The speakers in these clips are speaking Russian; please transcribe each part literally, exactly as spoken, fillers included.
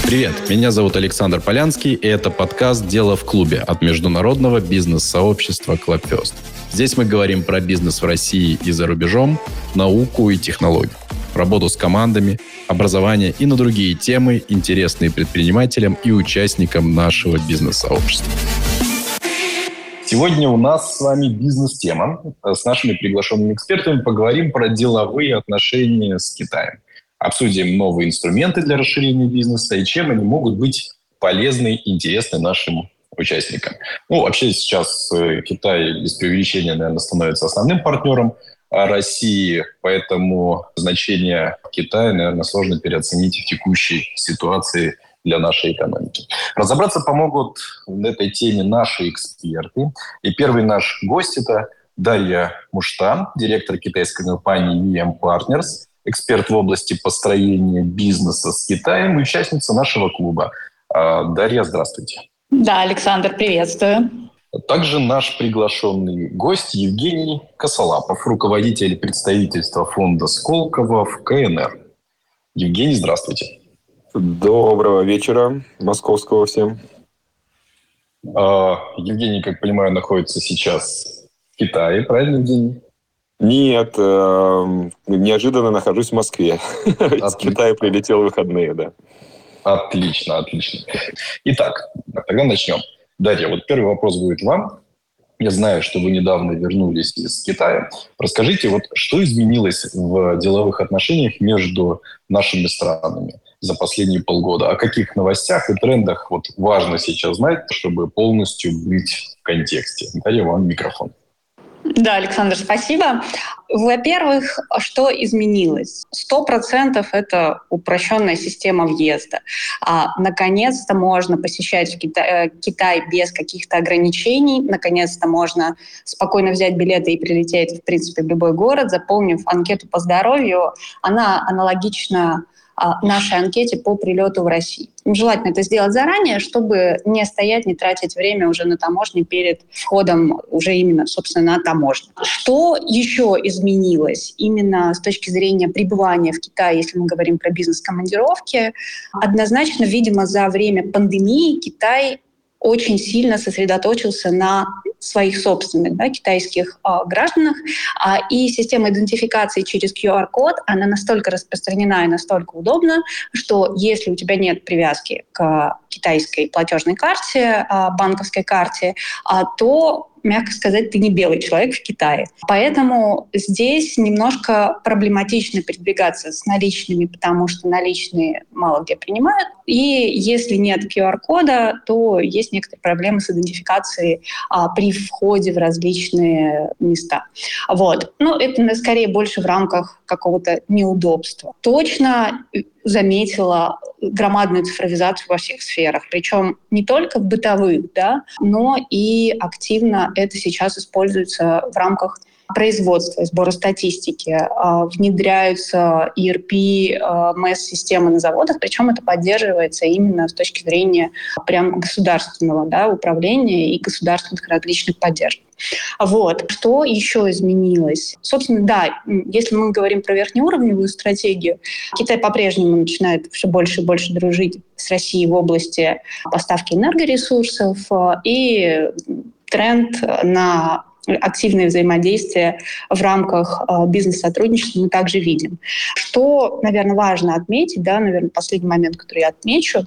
Привет, меня зовут Александр Полянский, и это подкаст «Дело в клубе» от международного бизнес-сообщества Clubfirst. Здесь мы говорим про бизнес в России и за рубежом, науку и технологии, работу с командами, образование и на другие темы, интересные предпринимателям и участникам нашего бизнес-сообщества. Сегодня у нас с вами бизнес-тема. С нашими приглашенными экспертами поговорим про деловые отношения с Китаем. Обсудим новые инструменты для расширения бизнеса и чем они могут быть полезны и интересны нашим участникам. Ну, вообще сейчас Китай, без преувеличения, наверное, становится основным партнером России, поэтому значение Китая, наверное, сложно переоценить в текущей ситуации для нашей экономики. Разобраться помогут в этой теме наши эксперты. И первый наш гость – это Дарья Муштан, директор китайской компании ви эм Partners, эксперт в области построения бизнеса с Китаем и участница нашего клуба. Дарья, здравствуйте. Да, Александр, приветствую. Также наш приглашенный гость Евгений Косолапов, руководитель представительства фонда Сколково в ка эн эр. Евгений, здравствуйте. Доброго вечера, московского всем. Евгений, как понимаю, находится сейчас в Китае, правильно, Евгений? Нет, э, неожиданно нахожусь в Москве. Из Китая прилетел в выходные, да. Отлично, отлично. Итак, тогда начнем. Дарья, вот первый вопрос будет вам. Я знаю, что вы недавно вернулись из Китая. Расскажите, вот что изменилось в деловых отношениях между нашими странами за последние полгода? О каких новостях и трендах вот важно сейчас знать, чтобы полностью быть в контексте? Дарья, вам микрофон. Да, Александр, спасибо. Во-первых, что изменилось? Сто процентов это упрощенная система въезда. А, наконец-то можно посещать в Китай, Китай без каких-то ограничений. Наконец-то можно спокойно взять билеты и прилететь, в принципе, в любой город, заполнив анкету по здоровью. Она аналогична нашей анкете по прилету в Россию. Желательно это сделать заранее, чтобы не стоять, не тратить время уже на таможне перед входом уже именно, собственно, на таможню. Что еще изменилось именно с точки зрения пребывания в Китае, если мы говорим про бизнес-командировки? Однозначно, видимо, за время пандемии Китай очень сильно сосредоточился на своих собственных, да, китайских э, гражданах. А, и система идентификации через ку ар-код, она настолько распространена и настолько удобна, что если у тебя нет привязки к китайской платежной карте, э, банковской карте, э, то, мягко сказать, ты не белый человек в Китае. Поэтому здесь немножко проблематично передвигаться с наличными, потому что наличные мало где принимают. И если нет ку ар-кода, то есть некоторые проблемы с идентификацией а, при входе в различные места. Вот. Но это скорее больше в рамках какого-то неудобства. Точно заметила громадную цифровизацию во всех сферах, причем не только в бытовых, да, но и активно это сейчас используется в рамках производства, сбора статистики, внедряются и эр пи, эм эс-системы на заводах, причем это поддерживается именно с точки зрения прям государственного, да, управления и государственных различных поддержек. Вот. Что еще изменилось? Собственно, да, если мы говорим про верхнеуровневую стратегию, Китай по-прежнему начинает все больше и больше дружить с Россией в области поставки энергоресурсов, и тренд на активное взаимодействие в рамках э, бизнес-сотрудничества мы также видим. Что, наверное, важно отметить, да, наверное, последний момент, который я отмечу,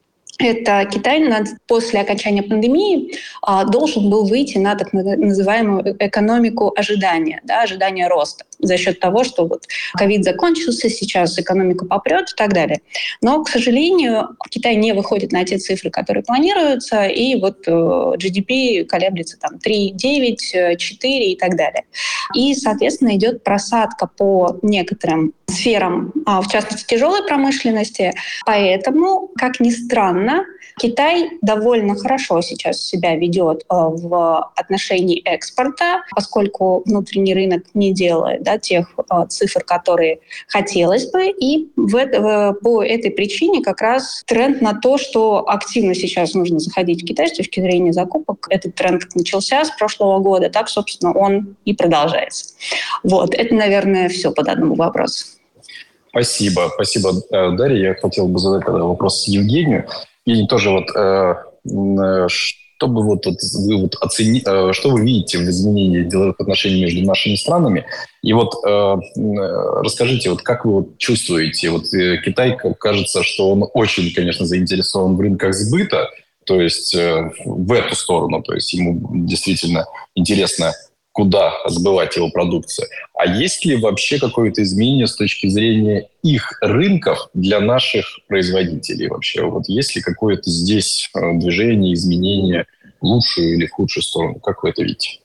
это Китай после окончания пандемии а, должен был выйти на так называемую экономику ожидания, да, ожидания роста за счет того, что вот ковид закончился, сейчас экономика попрет и так далее. Но, к сожалению, Китай не выходит на те цифры, которые планируются, и вот э, джи ди пи колеблется там три целых девять десятых, четыре и так далее. И, соответственно, идет просадка по некоторым сферам, а, в частности, тяжелой промышленности. Поэтому, как ни странно, Китай довольно хорошо сейчас себя ведет в отношении экспорта, поскольку внутренний рынок не делает, да, тех цифр, которые хотелось бы. И в это, по этой причине как раз тренд на то, что активно сейчас нужно заходить в Китай с точки зрения закупок. Этот тренд начался с прошлого года, так, собственно, он и продолжается. Вот. Это, наверное, все по данному вопросу. Спасибо, спасибо, э, Дарья. Я хотел бы задать тогда вопрос Евгению. И тоже вот, э, м, э, чтобы вот, вот вы вот оцени, э, что вы видите в изменении деловых отношений между нашими странами? И вот э, м, э, расскажите, вот как вы вот чувствуете, вот э, Китай, как кажется, что он очень, конечно, заинтересован в рынках сбыта, то есть э, в эту сторону, то есть ему действительно интересно, куда сбывать его продукцию. А есть ли вообще какое-то изменение с точки зрения их рынков для наших производителей вообще? Вот есть ли какое-то здесь э, движение, изменение в лучшую или в худшую сторону? Как вы это видите?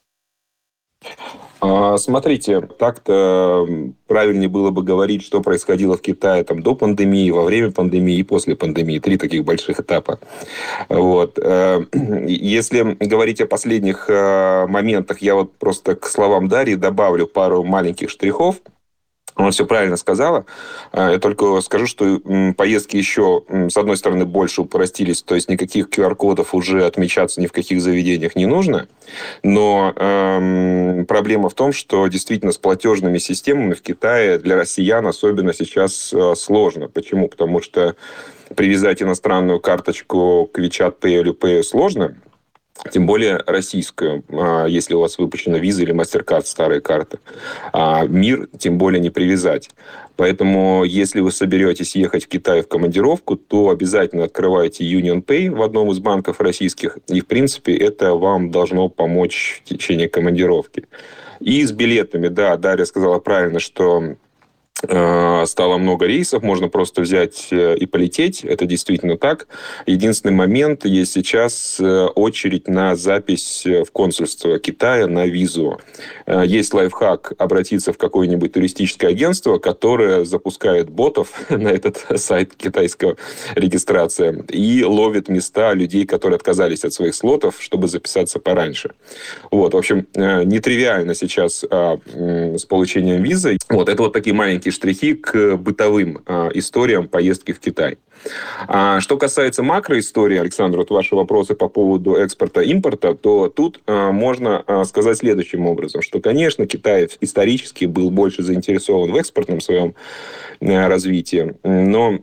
А, Смотрите, так-то правильнее было бы говорить, что происходило в Китае там, до пандемии, во время пандемии и после пандемии. Три таких больших этапа. Вот. э, Если говорить о последних э, моментах, я вот просто к словам Дарьи добавлю пару маленьких штрихов. Она все правильно сказала. Э, Я только скажу, что м, поездки еще, м, с одной стороны, больше упростились, то есть никаких ку ар-кодов уже отмечаться ни в каких заведениях не нужно. Но эм, проблема в том, что действительно с платежными системами в Китае для россиян особенно сейчас э, сложно. Почему? Потому что привязать иностранную карточку к WeChat Pay или Pay сложно. Тем более российскую, а, если у вас выпущена виза или MasterCard, старые карты. А мир тем более не привязать. Поэтому, если вы соберетесь ехать в Китай в командировку, то обязательно открывайте UnionPay в одном из банков российских. И, в принципе, это вам должно помочь в течение командировки. И с билетами, да, Дарья сказала правильно, что стало много рейсов, можно просто взять и полететь. Это действительно так. Единственный момент, есть сейчас очередь на запись в консульство Китая на визу. Есть лайфхак обратиться в какое-нибудь туристическое агентство, которое запускает ботов на этот сайт китайского регистрации и ловит места людей, которые отказались от своих слотов, чтобы записаться пораньше. Вот, в общем, нетривиально сейчас а, с получением визы. Вот, это вот такие маленькие штрихи к бытовым а, историям поездки в Китай. А что касается макроистории, Александр, вот ваши вопросы по поводу экспорта-импорта, то тут а, можно а, сказать следующим образом, что, конечно, Китай исторически был больше заинтересован в экспортном своем а, развитии, но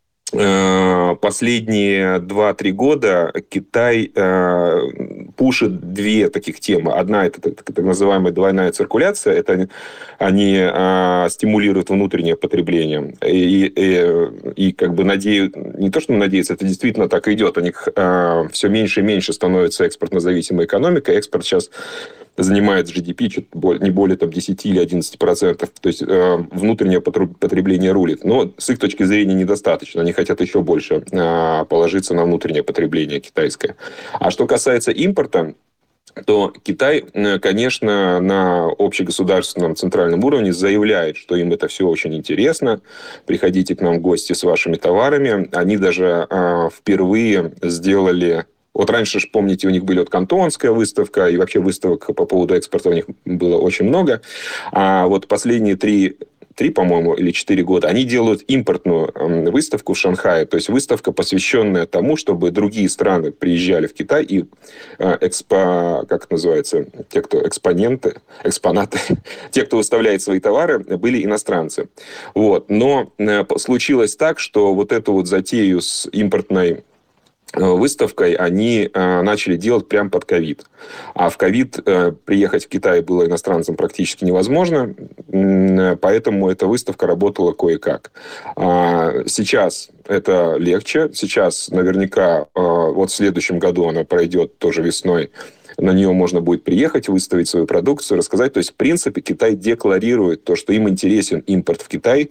последние два-три года Китай э, пушит две таких темы. Одна – это так, так называемая двойная циркуляция. Это они, они э, стимулируют внутреннее потребление. И, и, и как бы надеют... Не то, что надеются, это действительно так идет. У них э, все меньше и меньше становится экспортно-зависимой экономикой. Экспорт сейчас занимает джи ди пи чуть не более там, десять или одиннадцать процентов. То есть, э, внутреннее потребление рулит. Но с их точки зрения недостаточно. Они хотят еще больше э, положиться на внутреннее потребление китайское. А что касается импорта, то Китай, конечно, на общегосударственном центральном уровне заявляет, что им это все очень интересно. Приходите к нам в гости с вашими товарами. Они даже э, впервые сделали... Вот раньше, ж, помните, у них были вот Кантонская выставка, и вообще выставок по поводу экспорта у них было очень много. А вот последние три, три по-моему, или четыре года они делают импортную выставку в Шанхае. То есть, выставка, посвященная тому, чтобы другие страны приезжали в Китай и экспо... Как это называется? Те, кто экспоненты, экспонаты, те, кто выставляет свои товары, были иностранцы. Вот. Но случилось так, что вот эту вот затею с импортной выставкой они э, начали делать прямо под ковид. А в ковид э, приехать в Китай было иностранцам практически невозможно, э, поэтому эта выставка работала кое-как. А сейчас это легче. Сейчас наверняка э, вот в следующем году она пройдет тоже весной. На нее можно будет приехать, выставить свою продукцию, рассказать. То есть, в принципе, Китай декларирует то, что им интересен импорт в Китай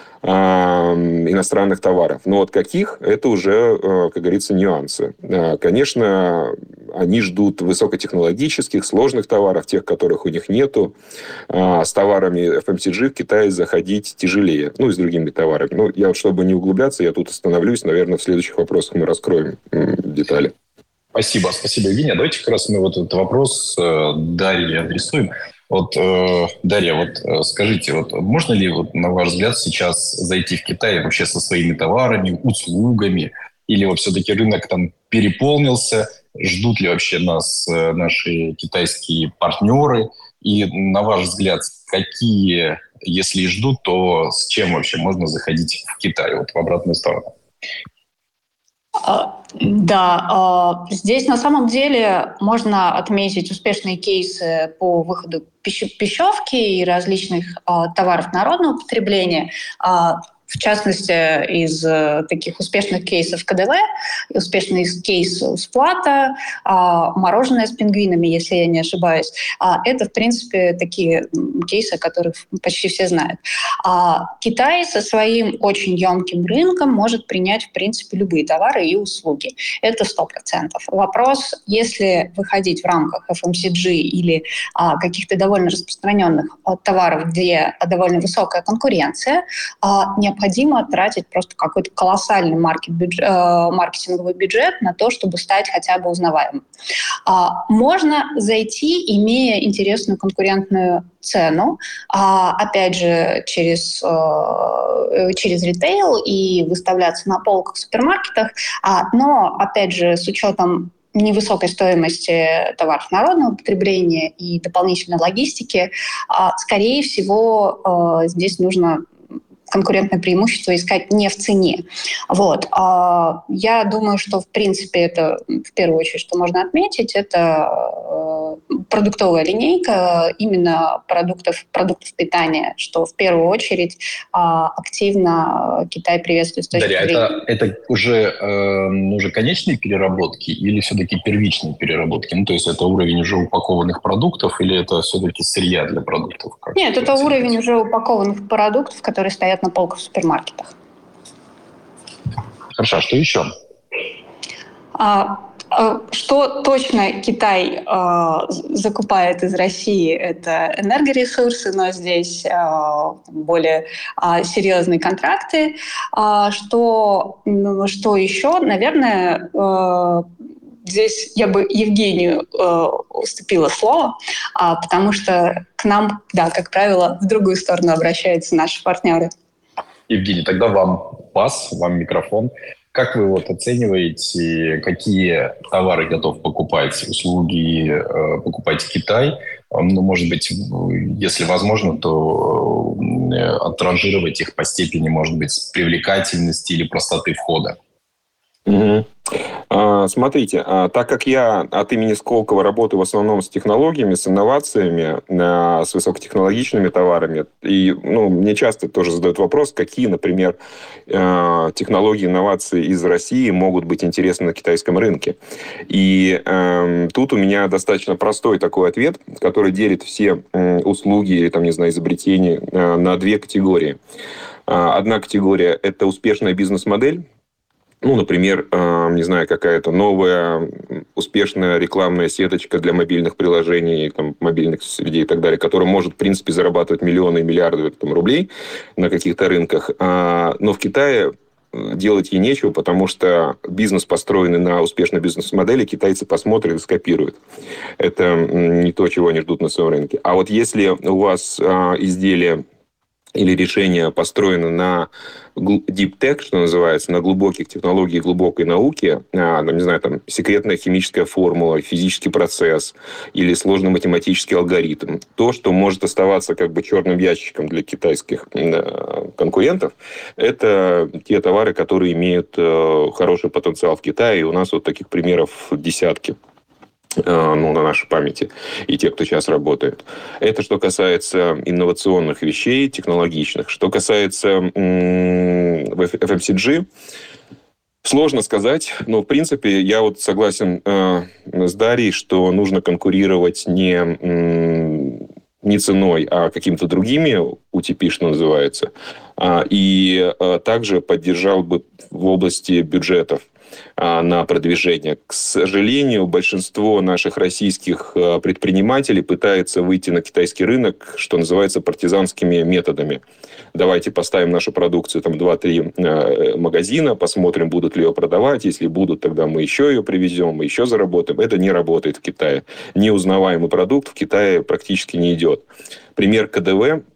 иностранных товаров. Но вот каких, это уже, как говорится, нюансы. Конечно, они ждут высокотехнологических, сложных товаров, тех, которых у них нету. С товарами эф эм си джи в Китай заходить тяжелее. Ну, и с другими товарами. Ну, я вот, чтобы не углубляться, я тут остановлюсь. Наверное, в следующих вопросах мы раскроем детали. Спасибо, спасибо, Евгения. Давайте как раз мы вот этот вопрос э, Дарье адресуем. Вот, э, Дарья, вот э, скажите, вот можно ли, вот, на ваш взгляд, сейчас зайти в Китай вообще со своими товарами, услугами, или вот все-таки рынок там переполнился, ждут ли вообще нас э, наши китайские партнеры, и, на ваш взгляд, какие, если и ждут, то с чем вообще можно заходить в Китай, вот в обратную сторону? А, Да, а, здесь на самом деле можно отметить успешные кейсы по выходу пищ- пищевки и различных а, товаров народного потребления. А, В частности, из э, таких успешных кейсов КДВ, успешный кейс Сплата, а, мороженое с пингвинами, если я не ошибаюсь. А, Это, в принципе, такие м, кейсы, о которых почти все знают. А Китай со своим очень емким рынком может принять, в принципе, любые товары и услуги. Это сто процентов. Вопрос, если выходить в рамках эф эм си джи или а, каких-то довольно распространенных а, товаров, где довольно высокая конкуренция, а, необходимо тратить просто какой-то колоссальный маркет бюджет, э, маркетинговый бюджет на то, чтобы стать хотя бы узнаваемым. А, Можно зайти, имея интересную конкурентную цену, а, опять же, через, э, через ритейл и выставляться на полках в супермаркетах, а, но, опять же, с учетом невысокой стоимости товаров народного потребления и дополнительной логистики, а, скорее всего, э, здесь нужно конкурентное преимущество искать не в цене. Вот. А я думаю, что, в принципе, это, в первую очередь, что можно отметить, это э, продуктовая линейка именно продуктов, продуктов питания, что, в первую очередь, а, активно Китай приветствует с точки Дарья, зрения... это, это уже, э, уже конечные переработки или все-таки первичные переработки? Ну, то есть это уровень уже упакованных продуктов или это все-таки сырья для продуктов? Как Нет, это оцениваете? уровень уже упакованных продуктов, которые стоят на полках в супермаркетах. Хорошо, а что еще? А, а, Что точно Китай а, закупает из России, это энергоресурсы, но здесь а, более а, серьезные контракты. А, Что, ну, что еще? Наверное, а, здесь я бы Евгению э, уступила слово, а, потому что к нам, да, как правило, в другую сторону обращаются наши партнеры. Евгений, тогда вам пас, вам микрофон. Как вы вот оцениваете, какие товары готов покупать, услуги э, покупать Китай? Э, Ну, может быть, в- если возможно, то э, отранжировать их по степени, может быть, привлекательности или простоты входа. Мгм. А, Смотрите, а, так как я от имени Сколково работаю в основном с технологиями, с инновациями, а, с высокотехнологичными товарами, и ну, мне часто тоже задают вопрос, какие, например, а, технологии, инновации из России могут быть интересны на китайском рынке. И эм, тут у меня достаточно простой такой ответ, который делит все м, услуги или, там, не знаю, изобретения э, на две категории. А, Одна категория – это успешная бизнес-модель. Ну, например, э, не знаю, какая-то новая м, успешная рекламная сеточка для мобильных приложений, там, мобильных сетей и так далее, которая может, в принципе, зарабатывать миллионы и миллиарды там, рублей на каких-то рынках. А, но в Китае э, делать ей нечего, потому что бизнес, построенный на успешной бизнес-модели, китайцы посмотрят и скопируют. Это м, не то, чего они ждут на своем рынке. А вот если у вас а, изделие или решение построено на deep tech, что называется, на глубоких технологиях, глубокой науке, а, ну, не знаю, там, секретная химическая формула, физический процесс или сложный математический алгоритм. То, что может оставаться как бы черным ящиком для китайских э, конкурентов, это те товары, которые имеют э, хороший потенциал в Китае. И у нас вот таких примеров десятки. Ну, на нашей памяти, и те, кто сейчас работает. Это что касается инновационных вещей, технологичных. Что касается м- эф эм си джи, сложно сказать, но, в принципе, я вот согласен э, с Дарьей, что нужно конкурировать не, м- не ценой, а какими-то другими о ти пи, что называется. А, и а, также поддержал бы в области бюджетов на продвижение. К сожалению, большинство наших российских предпринимателей пытается выйти на китайский рынок, что называется, партизанскими методами. Давайте поставим нашу продукцию там два-три магазина, посмотрим, будут ли ее продавать. Если будут, тогда мы еще ее привезем, мы еще заработаем. Это не работает в Китае. Неузнаваемый продукт в Китае практически не идет. Пример ка дэ вэ.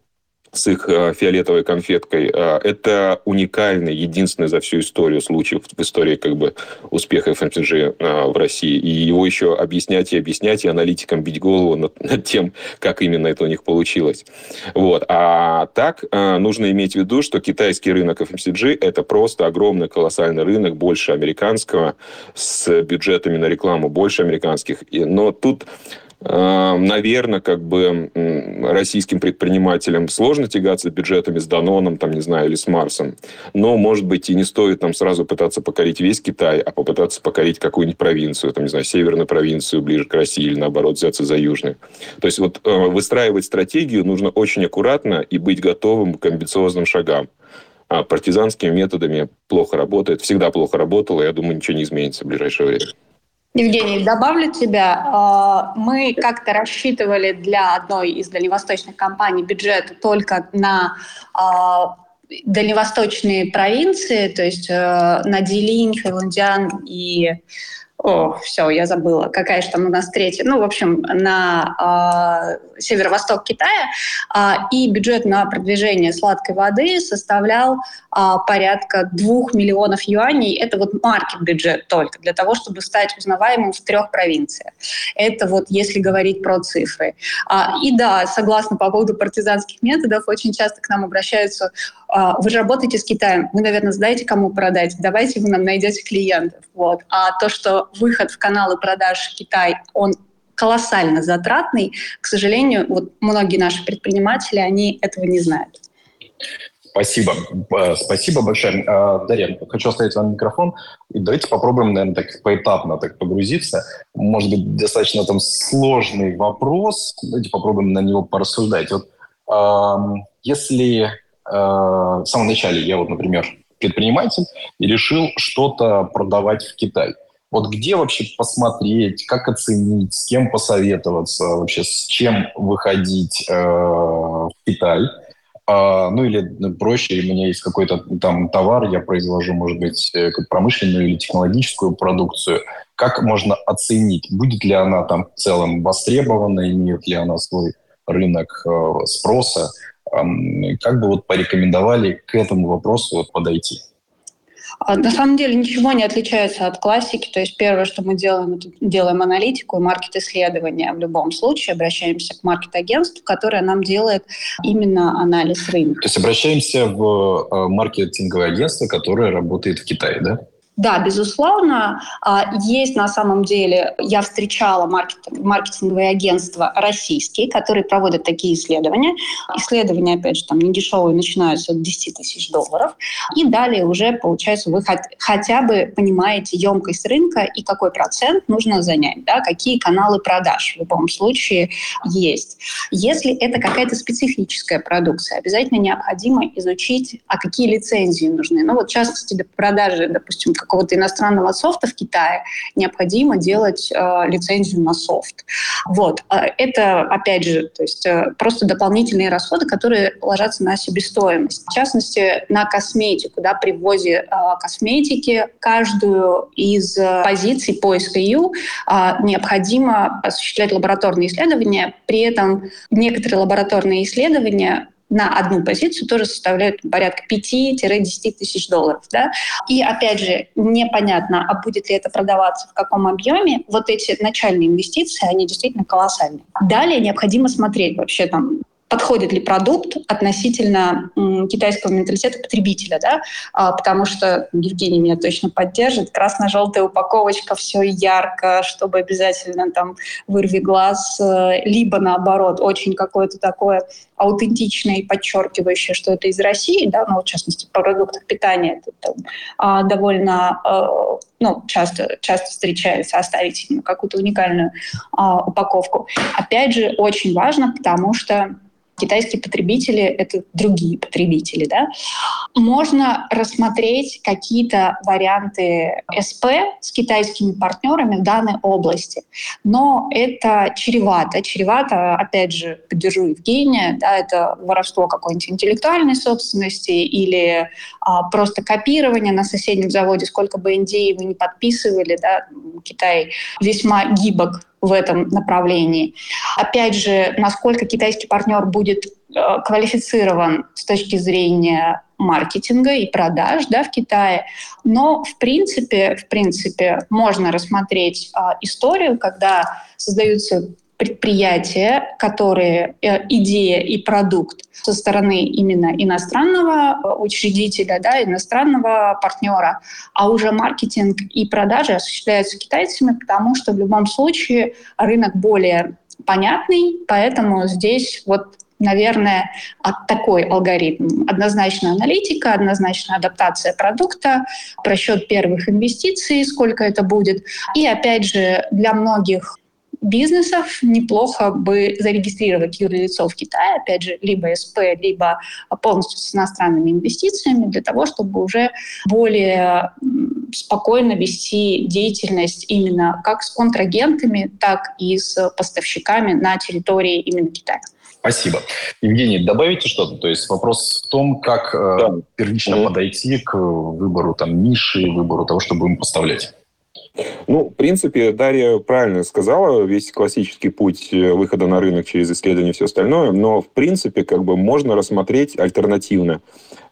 с их э, фиолетовой конфеткой. Э, это уникальный, единственный за всю историю случай в истории как бы успеха эф эм си джи э, в России. И его еще объяснять и объяснять, и аналитикам бить голову над, над тем, как именно это у них получилось. Вот. А так э, нужно иметь в виду, что китайский рынок эф эм си джи – это просто огромный, колоссальный рынок, больше американского, с бюджетами на рекламу больше американских. Но тут наверное, как бы российским предпринимателям сложно тягаться с бюджетами с Даноном, там, не знаю, или с Марсом. Но, может быть, и не стоит нам сразу пытаться покорить весь Китай, а попытаться покорить какую-нибудь провинцию, там, не знаю, северную провинцию ближе к России, или, наоборот, взяться за южную. То есть, вот выстраивать стратегию нужно очень аккуратно и быть готовым к амбициозным шагам. А партизанскими методами плохо работает, всегда плохо работало, я думаю, ничего не изменится в ближайшее время. Евгений, добавлю тебя. Мы как-то рассчитывали для одной из дальневосточных компаний бюджет только на дальневосточные провинции, то есть на Дилинь, Хэйлунцзян и... О, все, я забыла, какая же там у нас третья. Ну, в общем, на э, северо-восток Китая. Э, и бюджет на продвижение сладкой воды составлял э, порядка двух миллионов юаней. Это вот маркет-бюджет только для того, чтобы стать узнаваемым в трех провинциях. Это вот если говорить про цифры. А, и да, согласна по поводу партизанских методов, очень часто к нам обращаются: вы же работаете с Китаем, вы, наверное, знаете, кому продать, давайте вы нам найдете клиентов. Вот. А то, что выход в каналы продаж Китай, он колоссально затратный, к сожалению, вот многие наши предприниматели, они этого не знают. Спасибо. Спасибо большое. Дарья, хочу оставить вам микрофон. И давайте попробуем, наверное, так поэтапно так погрузиться. Может быть, достаточно там сложный вопрос. Давайте попробуем на него порассуждать. Вот если в самом начале я вот, например, предприниматель и решил что-то продавать в Китай. Вот где вообще посмотреть, как оценить, с кем посоветоваться, вообще с чем выходить э, в Китай? А, ну или ну, проще, у меня есть какой-то там товар, я произвожу, может быть, промышленную или технологическую продукцию. Как можно оценить, будет ли она там в целом востребована, имеет ли она свой рынок э, спроса? Как бы вот порекомендовали к этому вопросу вот подойти? На самом деле ничего не отличается от классики. То есть первое, что мы делаем, это делаем аналитику и маркет-исследования. В любом случае обращаемся к маркет-агентству, которое нам делает именно анализ рынка. То есть обращаемся в маркетинговое агентство, которое работает в Китае, да? Да, безусловно. Есть на самом деле, я встречала маркетинговые агентства российские, которые проводят такие исследования. Исследования, опять же, там недешевые, начинаются от десять тысяч долларов. И далее уже, получается, вы хотя бы понимаете емкость рынка и какой процент нужно занять, да, какие каналы продаж в любом случае есть. Если это какая-то специфическая продукция, обязательно необходимо изучить, а какие лицензии нужны. Ну вот, в частности, для продажи, допустим, какого-то иностранного софта в Китае необходимо делать э, лицензию на софт. Вот. Это, опять же, то есть, э, просто дополнительные расходы, которые ложатся на себестоимость. В частности, на косметику. Да, при ввозе э, косметики каждую из позиций по эс кей ю э, необходимо осуществлять лабораторные исследования. При этом некоторые лабораторные исследования на одну позицию тоже составляют порядка пять-десять тысяч долларов. Да? И, опять же, непонятно, а будет ли это продаваться, в каком объеме. Вот эти начальные инвестиции, они действительно колоссальные. Далее необходимо смотреть вообще там, подходит ли продукт относительно м, китайского менталитета потребителя, да? а, потому что, Евгений меня точно поддержит, красно-желтая упаковочка, все ярко, чтобы обязательно там вырви глаз, э, либо наоборот, очень какое-то такое аутентичное и подчеркивающее, что это из России, да, ну, в частности, по продуктам питания это там, а, довольно э, ну, часто, часто встречается, оставить именно какую-то уникальную а, упаковку. Опять же, очень важно, потому что китайские потребители – это другие потребители. Да? Можно рассмотреть какие-то варианты эс пи с китайскими партнерами в данной области. Но это чревато. Чревато, опять же, поддержу Евгения, да, это воровство какой-нибудь интеллектуальной собственности или а, просто копирование на соседнем заводе. Сколько бы эн ди эй вы не подписывали, да, Китай весьма гибок в этом направлении. Опять же, насколько китайский партнер будет квалифицирован с точки зрения маркетинга и продаж, да, в Китае, но в принципе, в принципе можно рассмотреть а, историю, когда создаются предприятия, которые э, идея и продукт со стороны именно иностранного учредителя, да, иностранного партнера, а уже маркетинг и продажи осуществляются китайцами, потому что в любом случае рынок более понятный, поэтому здесь вот, наверное, такой алгоритм. Однозначно аналитика, однозначно адаптация продукта, просчет первых инвестиций, сколько это будет. И опять же, для многих бизнесов неплохо бы зарегистрировать юрлицо в Китае, опять же, либо СП, либо полностью с иностранными инвестициями, для того, чтобы уже более спокойно вести деятельность именно как с контрагентами, так и с поставщиками на территории именно Китая. Спасибо. Евгений, добавите что-то? То есть вопрос в том, как да. э, первично mm-hmm. подойти к выбору там, ниши, выбору того, что будем поставлять. Ну, в принципе, Дарья правильно сказала, весь классический путь выхода на рынок через исследование и все остальное, но, в принципе, как бы можно рассмотреть альтернативно,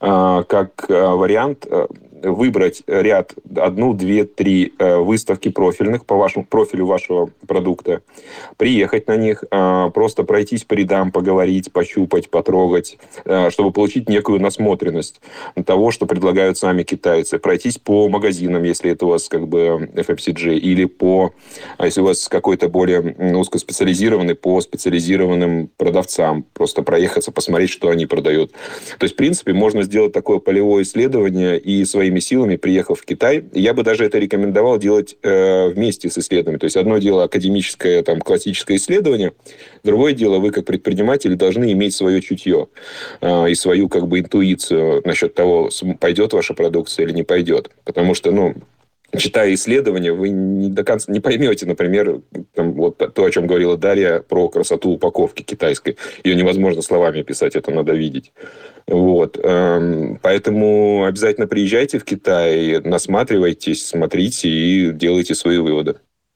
как вариант выбрать ряд, одну, две, три выставки профильных по вашему профилю вашего продукта, приехать на них, просто пройтись по рядам, поговорить, пощупать, потрогать, чтобы получить некую насмотренность того, что предлагают сами китайцы. Пройтись по магазинам, если это у вас как бы эф эм си джи, или по, если у вас какой-то более узкоспециализированный, по специализированным продавцам. Просто проехаться, посмотреть, что они продают. То есть, в принципе, можно сделать такое полевое исследование и своими силами, приехав в Китай. Я бы даже это рекомендовал делать э, вместе с исследованием. То есть, одно дело академическое, там, классическое исследование, другое дело, вы как предприниматель должны иметь свое чутье э, и свою как бы интуицию насчет того, пойдет ваша продукция или не пойдет. Потому что, ну, читая исследования, вы не до конца не поймете, например, там, вот то, о чем говорила Дарья, про красоту упаковки китайской. Ее невозможно словами описать, это надо видеть. Вот. Поэтому обязательно приезжайте в Китай, насматривайтесь, смотрите и делайте свои выводы.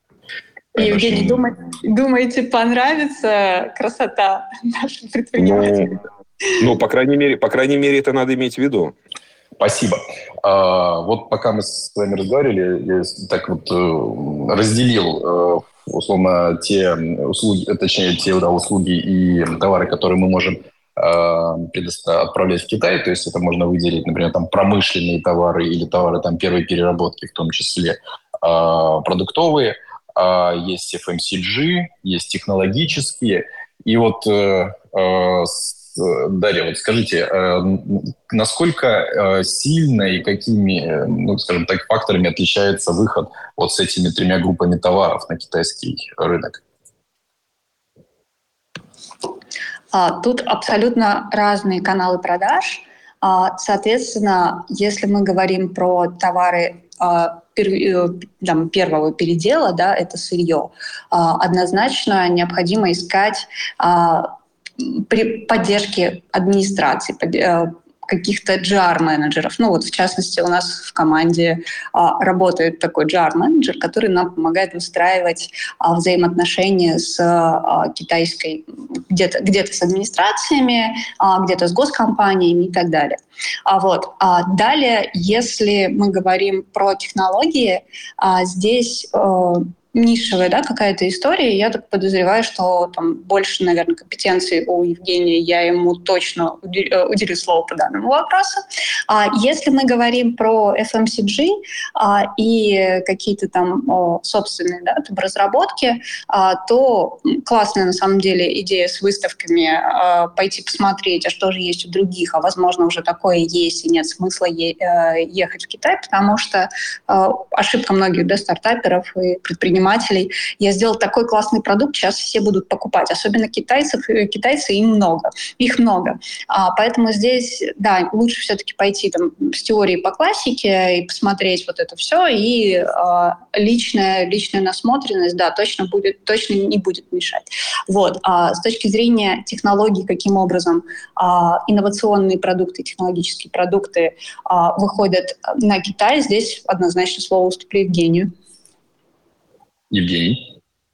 Евгений, думаете, думаете, понравится красота нашим предпринимателям? Ну, ну, по крайней мере, по крайней мере, это надо иметь в виду. Спасибо. А, вот пока мы с вами разговаривали, я так вот э, разделил э, условно те услуги, точнее те да, услуги и товары, которые мы можем отправлять в Китай, то есть это можно выделить, например, там промышленные товары или товары там первой переработки, в том числе продуктовые, есть эф эм си джи, есть технологические, и вот Дарья, вот скажите, насколько сильно и какими, ну, скажем так, факторами отличается выход вот с этими тремя группами товаров на китайский рынок? Тут абсолютно разные каналы продаж. Соответственно, если мы говорим про товары там, первого передела, да, это сырье, однозначно необходимо искать при поддержке администрации, каких-то джи ар-менеджеров. Ну вот, в частности, у нас в команде а, работает такой джи ар-менеджер, который нам помогает выстраивать а, взаимоотношения с а, китайской, где-то, где-то с администрациями, а, где-то с госкомпаниями и так далее. А вот. А далее, если мы говорим про технологии, а, здесь... А, нишевая, да, какая-то история. Я так подозреваю, что там больше, наверное, компетенций у Евгения, я ему точно уделю, уделю слово по данному вопросу. А если мы говорим про эф эм си джи а, и какие-то там о, собственные, да, там, разработки, а, то классная на самом деле идея с выставками а, пойти посмотреть, а что же есть у других, а возможно уже такое есть, и нет смысла е- ехать в Китай, потому что а, ошибка многих, да, стартаперов и предпринимателей. Я сделал такой классный продукт, сейчас все будут покупать. Особенно китайцев, китайцы, им много, их много. А, поэтому здесь, да, лучше все-таки пойти там, с теорией по классике и посмотреть вот это все. И а, личная, личная насмотренность, да, точно, будет, точно не будет мешать. Вот. А, с точки зрения технологий, каким образом а, инновационные продукты, технологические продукты а, выходят на Китай, здесь однозначно слово уступлю Евгению. Евгений?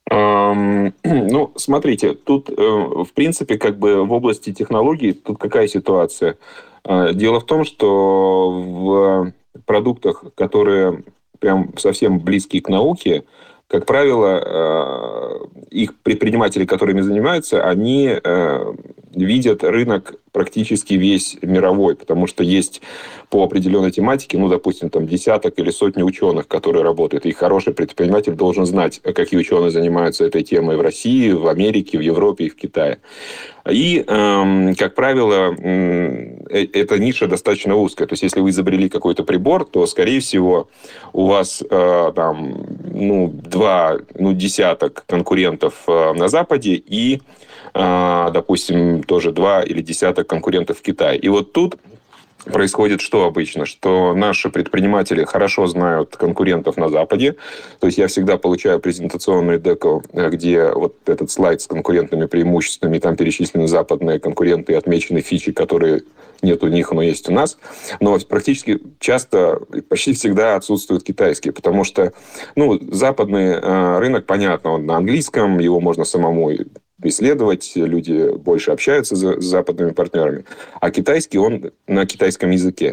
Ну, смотрите, тут, в принципе, как бы в области технологий, тут какая ситуация? Дело в том, что в продуктах, которые прям совсем близкие к науке, как правило, их предприниматели, которыми занимаются, они видят рынок практически весь мировой, потому что есть по определенной тематике, ну, допустим, там десяток или сотни ученых, которые работают. И хороший предприниматель должен знать, какие ученые занимаются этой темой в России, в Америке, в Европе и в Китае. И, э, как правило, э, эта ниша достаточно узкая. То есть, если вы изобрели какой-то прибор, то, скорее всего, у вас э, там, ну, два, ну, десяток конкурентов э, на Западе и, э, допустим, тоже два или десяток конкурентов в Китае. И вот тут происходит что обычно? Что наши предприниматели хорошо знают конкурентов на Западе. То есть, я всегда получаю презентационную деку, где вот этот слайд с конкурентными преимуществами, там перечислены западные конкуренты и отмечены фичи, которые нет у них, но есть у нас. Но практически часто, почти всегда отсутствуют китайские, потому что, ну, западный рынок, понятно, он на английском, его можно самому исследовать, люди больше общаются с западными партнерами. А китайский, он на китайском языке.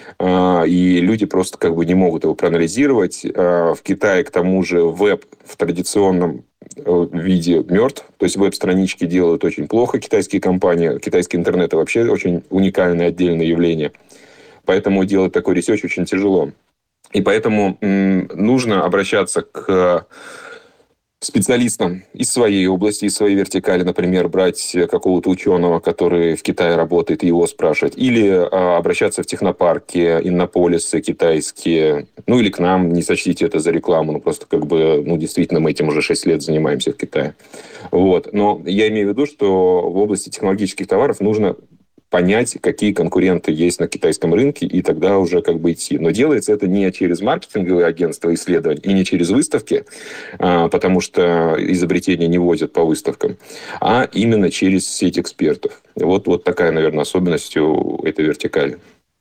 И люди просто как бы не могут его проанализировать. В Китае, к тому же, веб в традиционном виде мертв. То есть, веб-странички делают очень плохо китайские компании. Китайский интернет – это вообще очень уникальное отдельное явление. Поэтому делать такой ресерч очень тяжело. И поэтому м, нужно обращаться к специалистам из своей области, из своей вертикали, например, брать какого-то ученого, который в Китае работает, и его спрашивать. Или а, обращаться в технопарки, иннополисы китайские. Ну, или к нам, не сочтите это за рекламу, ну, просто как бы, ну, действительно, мы этим уже шесть лет занимаемся в Китае. Вот. Но я имею в виду, что в области технологических товаров нужно понять, какие конкуренты есть на китайском рынке, и тогда уже как бы идти. Но делается это не через маркетинговые агентства исследований и не через выставки, потому что изобретения не возят по выставкам, а именно через сеть экспертов. Вот, вот такая, наверное, особенность у этой вертикали.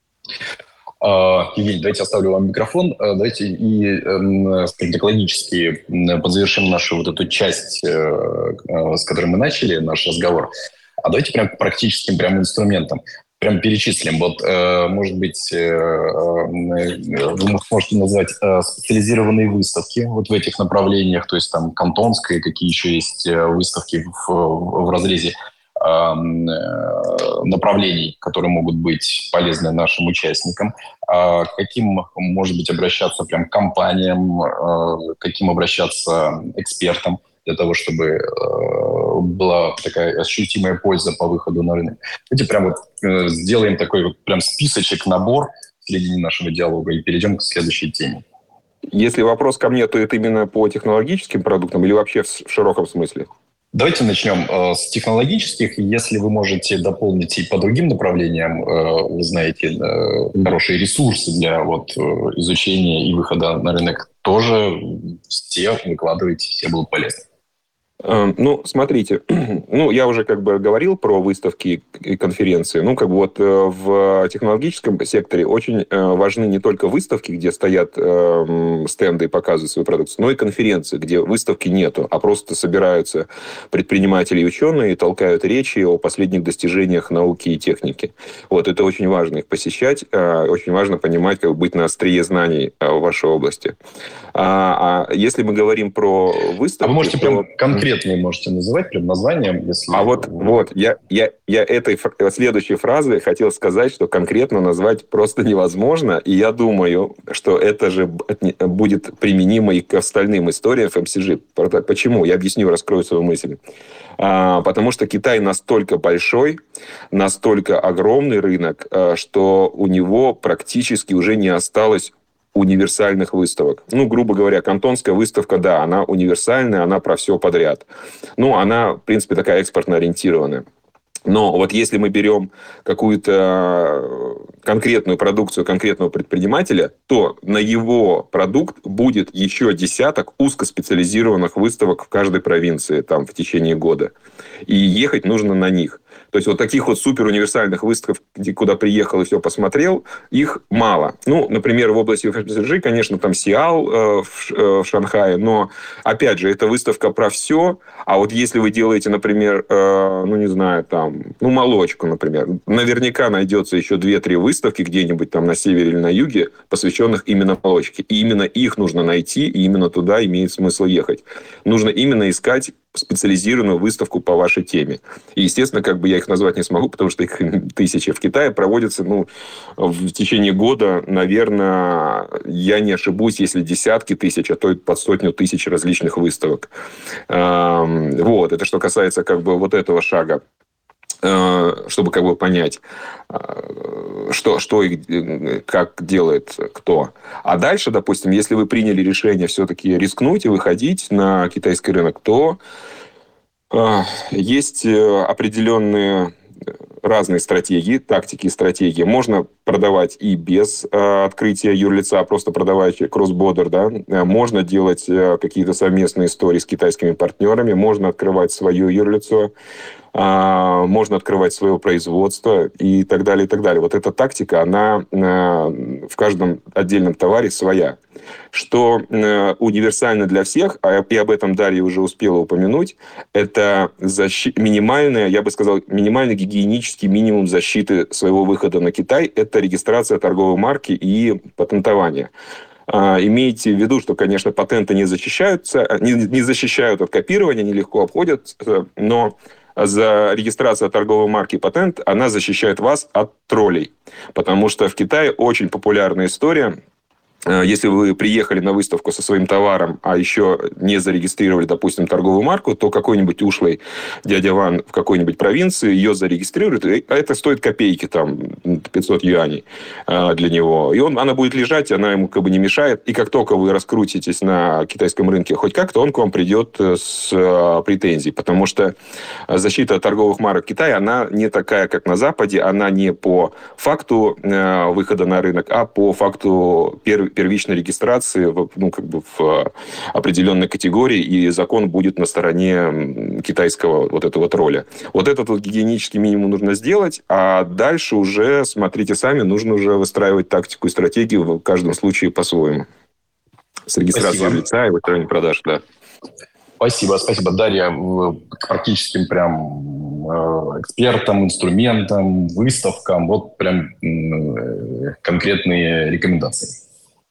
Евгений, давайте оставлю вам микрофон. Давайте и скажем, технологически подзавершим нашу вот эту часть, с которой мы начали наш разговор. А давайте прям к практическим прям инструментам. Прям перечислим. Вот, э, может быть, э, э, вы сможете назвать э, специализированные выставки вот в этих направлениях, то есть там кантонская, какие еще есть выставки в, в разрезе э, направлений, которые могут быть полезны нашим участникам. Э, каким, может быть, обращаться прям к компаниям, э, каким обращаться экспертам, для того, чтобы э, была такая ощутимая польза по выходу на рынок. Давайте прям вот э, сделаем такой вот прям списочек, набор в середине нашего диалога и перейдем к следующей теме. Если вопрос ко мне, то это именно по технологическим продуктам или вообще в широком смысле? Давайте начнем э, с технологических. Если вы можете дополнить и по другим направлениям, э, вы знаете, э, хорошие ресурсы для вот, э, изучения и выхода на рынок, тоже все выкладывайте, все будут полезны. Ну, смотрите, ну, я уже как бы говорил про выставки и конференции. Ну, как бы вот в технологическом секторе очень важны не только выставки, где стоят э, стенды и показывают свою продукцию, но и конференции, где выставки нету, а просто собираются предприниматели и ученые и толкают речи о последних достижениях науки и техники. Вот, это очень важно их посещать, э, очень важно понимать, как быть на острие знаний э, в вашей области. А, а если мы говорим про выставки... А вы можете то... прям конкретные можете называть, прям названием, если... А вот, вот я, я, я этой следующей фразой хотел сказать, что конкретно назвать просто невозможно, и я думаю, что это же будет применимо и к остальным историям эф эм си джи. Почему? Я объясню, раскрою свою мысль. А, потому что Китай настолько большой, настолько огромный рынок, что у него практически уже не осталось универсальных выставок. Ну, грубо говоря, кантонская выставка, да, она универсальная, она про все подряд. Ну, она, в принципе, такая экспортно ориентированная. Но вот если мы берем какую-то конкретную продукцию конкретного предпринимателя, то на его продукт будет еще десяток узкоспециализированных выставок в каждой провинции там, в течение года. И ехать нужно на них. То есть вот таких вот супер универсальных выставок, где, куда приехал и все посмотрел, их мало. Ну, например, в области эф эм си джи, конечно, там Сиал э, в, э, в Шанхае, но, опять же, это выставка про все. А вот если вы делаете, например, э, ну, не знаю, там, ну, молочку, например, наверняка найдется еще две-три выставки где-нибудь там на севере или на юге, посвященных именно молочке. И именно их нужно найти, и именно туда имеет смысл ехать. Нужно именно искать специализированную выставку по вашей теме. И, естественно, как бы я их назвать не смогу, потому что их тысячи. В Китае проводятся, ну, в течение года, наверное, я не ошибусь, если десятки тысяч, а то и под сотню тысяч различных выставок. Вот. Это что касается как бы вот этого шага, чтобы как бы понять, что, что и как делает кто. А дальше, допустим, если вы приняли решение все-таки рискнуть и выходить на китайский рынок, то есть определенные разные стратегии, тактики и стратегии. Можно продавать и без э, открытия юрлица, просто продавать кросс-бордер, да. Можно делать э, какие-то совместные истории с китайскими партнерами, можно открывать свое юрлицо, э, можно открывать свое производство и так далее, и так далее. Вот эта тактика, она э, в каждом отдельном товаре своя. Что э, универсально для всех, а и об этом Дарья уже успела упомянуть, это защи- минимальная, я бы сказал, минимальный гигиенический минимум защиты своего выхода на Китай – это регистрация торговой марки и патентование. А, имейте в виду, что, конечно, патенты не защищаются, не, не защищают от копирования, они легко обходят, но за регистрацию торговой марки и патент, она защищает вас от троллей. Потому что в Китае очень популярная история. Если вы приехали на выставку со своим товаром, а еще не зарегистрировали, допустим, торговую марку, то какой-нибудь ушлый дядя Ван в какой-нибудь провинции ее зарегистрирует, а это стоит копейки, там, пятьсот юаней для него. И он, она будет лежать, она ему как бы не мешает. И как только вы раскрутитесь на китайском рынке хоть как-то, он к вам придет с претензией. Потому что защита торговых марок Китая, она не такая, как на Западе. Она не по факту выхода на рынок, а по факту первой первичной регистрации в, ну, как бы в определенной категории, и закон будет на стороне китайского вот этого тролля. Вот этот вот гигиенический минимум нужно сделать, а дальше уже, смотрите сами, нужно уже выстраивать тактику и стратегию в каждом случае по-своему. С регистрацией лица и выстраиванием продаж, да. Спасибо, спасибо, Дарья. К практическим прям экспертам, инструментам, выставкам, вот прям конкретные рекомендации.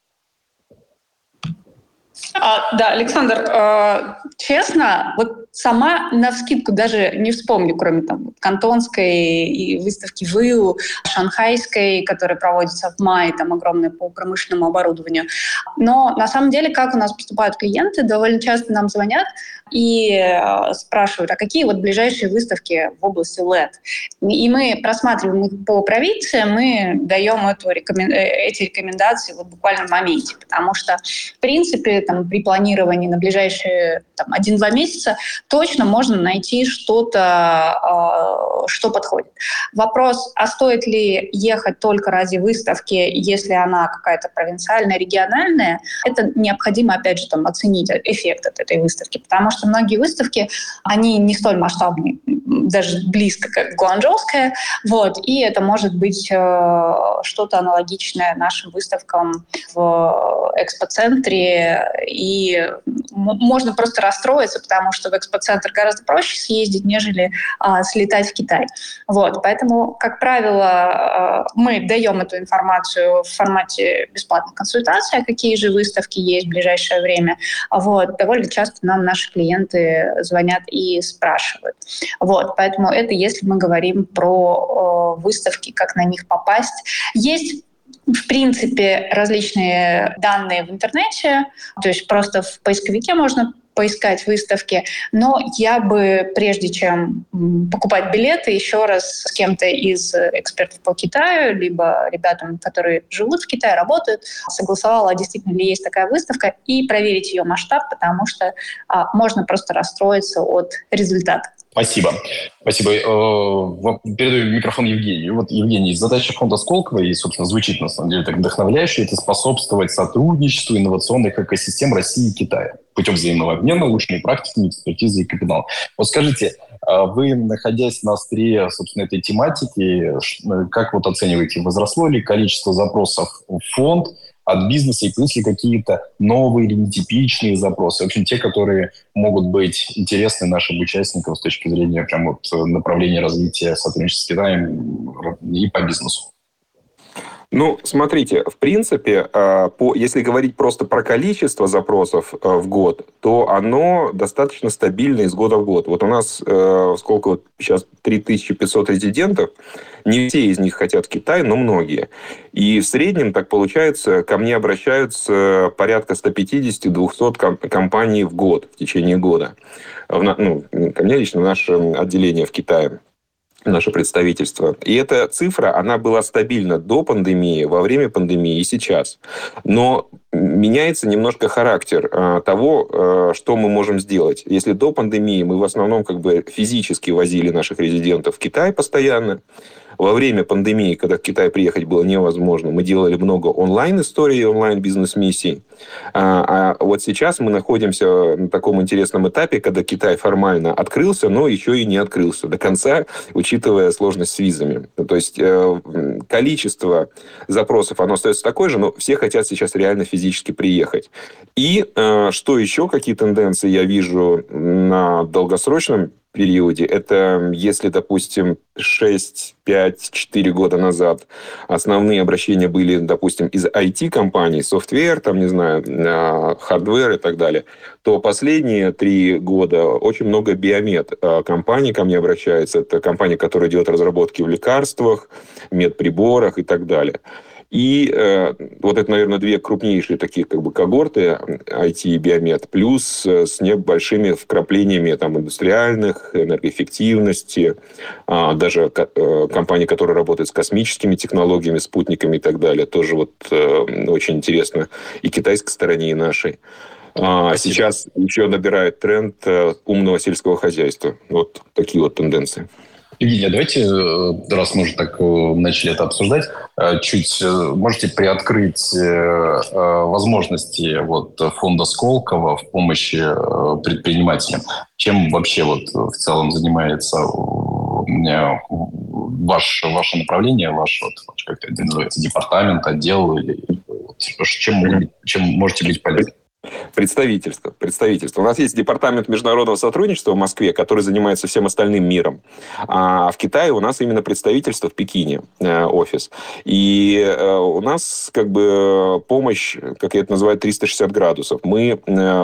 А, да, Александр, э, честно, вот сама навскидку даже не вспомню, кроме там кантонской и выставки ВИУ, шанхайской, которая проводится в мае, там огромная по промышленному оборудованию. Но на самом деле, как у нас поступают клиенты, довольно часто нам звонят и э, спрашивают, а какие вот ближайшие выставки в области эл и ди? И мы просматриваем их по провинциям, мы даем эту рекомен... эти рекомендации вот буквально в моменте, потому что, в принципе, там, при планировании на ближайшие там, один-два месяца точно можно найти что-то, э, что подходит. Вопрос, а стоит ли ехать только ради выставки, если она какая-то провинциальная, региональная, это необходимо, опять же, там, оценить эффект от этой выставки, потому что многие выставки, они не столь масштабные, даже близко, как гуанчжоуская, вот, и это может быть э, что-то аналогичное нашим выставкам в экспоцентре, и можно просто расстроиться, потому что в экспоцентр гораздо проще съездить, нежели а, слетать в Китай. Вот, поэтому, как правило, мы даем эту информацию в формате бесплатной консультации, какие же выставки есть в ближайшее время. Вот, довольно часто нам наши клиенты звонят и спрашивают. Вот, поэтому это если мы говорим про э, выставки, как на них попасть. Есть в принципе, различные данные в интернете, то есть просто в поисковике можно поискать выставки, но я бы, прежде чем покупать билеты, еще раз с кем-то из экспертов по Китаю, либо ребятам, которые живут в Китае, работают, согласовала, действительно ли есть такая выставка, и проверить ее масштаб, потому что а, можно просто расстроиться от результата. Спасибо. Спасибо. Передаю микрофон Евгению. Вот, Евгений, задача фонда Сколково, и, собственно, звучит, на самом деле, так вдохновляюще, это способствовать сотрудничеству инновационных экосистем России и Китая путем взаимного обмена лучшими практиками, экспертизой и капиталом. Вот скажите, Вы, находясь на острие, собственно, этой тематики, как вот оцениваете, возросло ли количество запросов в фонд от бизнеса, и плюс ли какие-то новые или нетипичные запросы? В общем, те, которые могут быть интересны нашим участникам с точки зрения прям вот направления развития сотрудничества с Китаем и по бизнесу. Ну, смотрите, в принципе, по, если говорить просто про количество запросов в год, то оно достаточно стабильно из года в год. Вот у нас сколько вот сейчас три тысячи пятьсот резидентов, не все из них хотят в Китай, но многие. И в среднем так получается, ко мне обращаются порядка сто пятьдесят - двести компаний в год, в течение года. Ну, ко мне лично в наше отделение в Китае. Наше представительство. И эта цифра, она была стабильна до пандемии, во время пандемии и сейчас. Но меняется немножко характер э, того, э, что мы можем сделать. Если до пандемии мы в основном как бы физически возили наших резидентов в Китай постоянно, во время пандемии, когда в Китай приехать было невозможно, мы делали много онлайн-историй, онлайн-бизнес-миссий. А, а вот сейчас мы находимся на таком интересном этапе, когда Китай формально открылся, но еще и не открылся до конца, учитывая сложность с визами. То есть э, количество запросов, оно остается такое же, но все хотят сейчас реально физически приехать. И э, что еще, какие тенденции я вижу на долгосрочном периоде, это если, допустим, шесть, пять, четыре года назад основные обращения были, допустим, из ай ти-компаний, софтвер, там, не знаю, хардвер и так далее, то последние три года очень много биомед компаний ко мне обращаются. Это компании, которые делают разработки в лекарствах, медприборах и так далее. И э, вот это, наверное, две крупнейшие такие как бы когорты ай ти и биомед, плюс с небольшими вкраплениями там, индустриальных, энергоэффективности, а, даже э, компании, которые работают с космическими технологиями, спутниками и так далее. Тоже вот э, очень интересно и китайской стороне, и нашей. А сейчас еще набирает тренд э, умного сельского хозяйства. Вот такие вот тенденции. Евгения, давайте, раз мы уже так начали это обсуждать, чуть можете приоткрыть возможности вот фонда Сколково в помощи предпринимателям? Чем вообще вот в целом занимается ваше, ваше направление, ваш, вот, как это называется, департамент, отдел? Или, чем, чем можете быть полезны? Представительство. Представительство. У нас есть департамент международного сотрудничества в Москве, который занимается всем остальным миром. А в Китае у нас именно представительство в Пекине, офис. И у нас как бы помощь, как я это называю, триста шестьдесят градусов. Мы,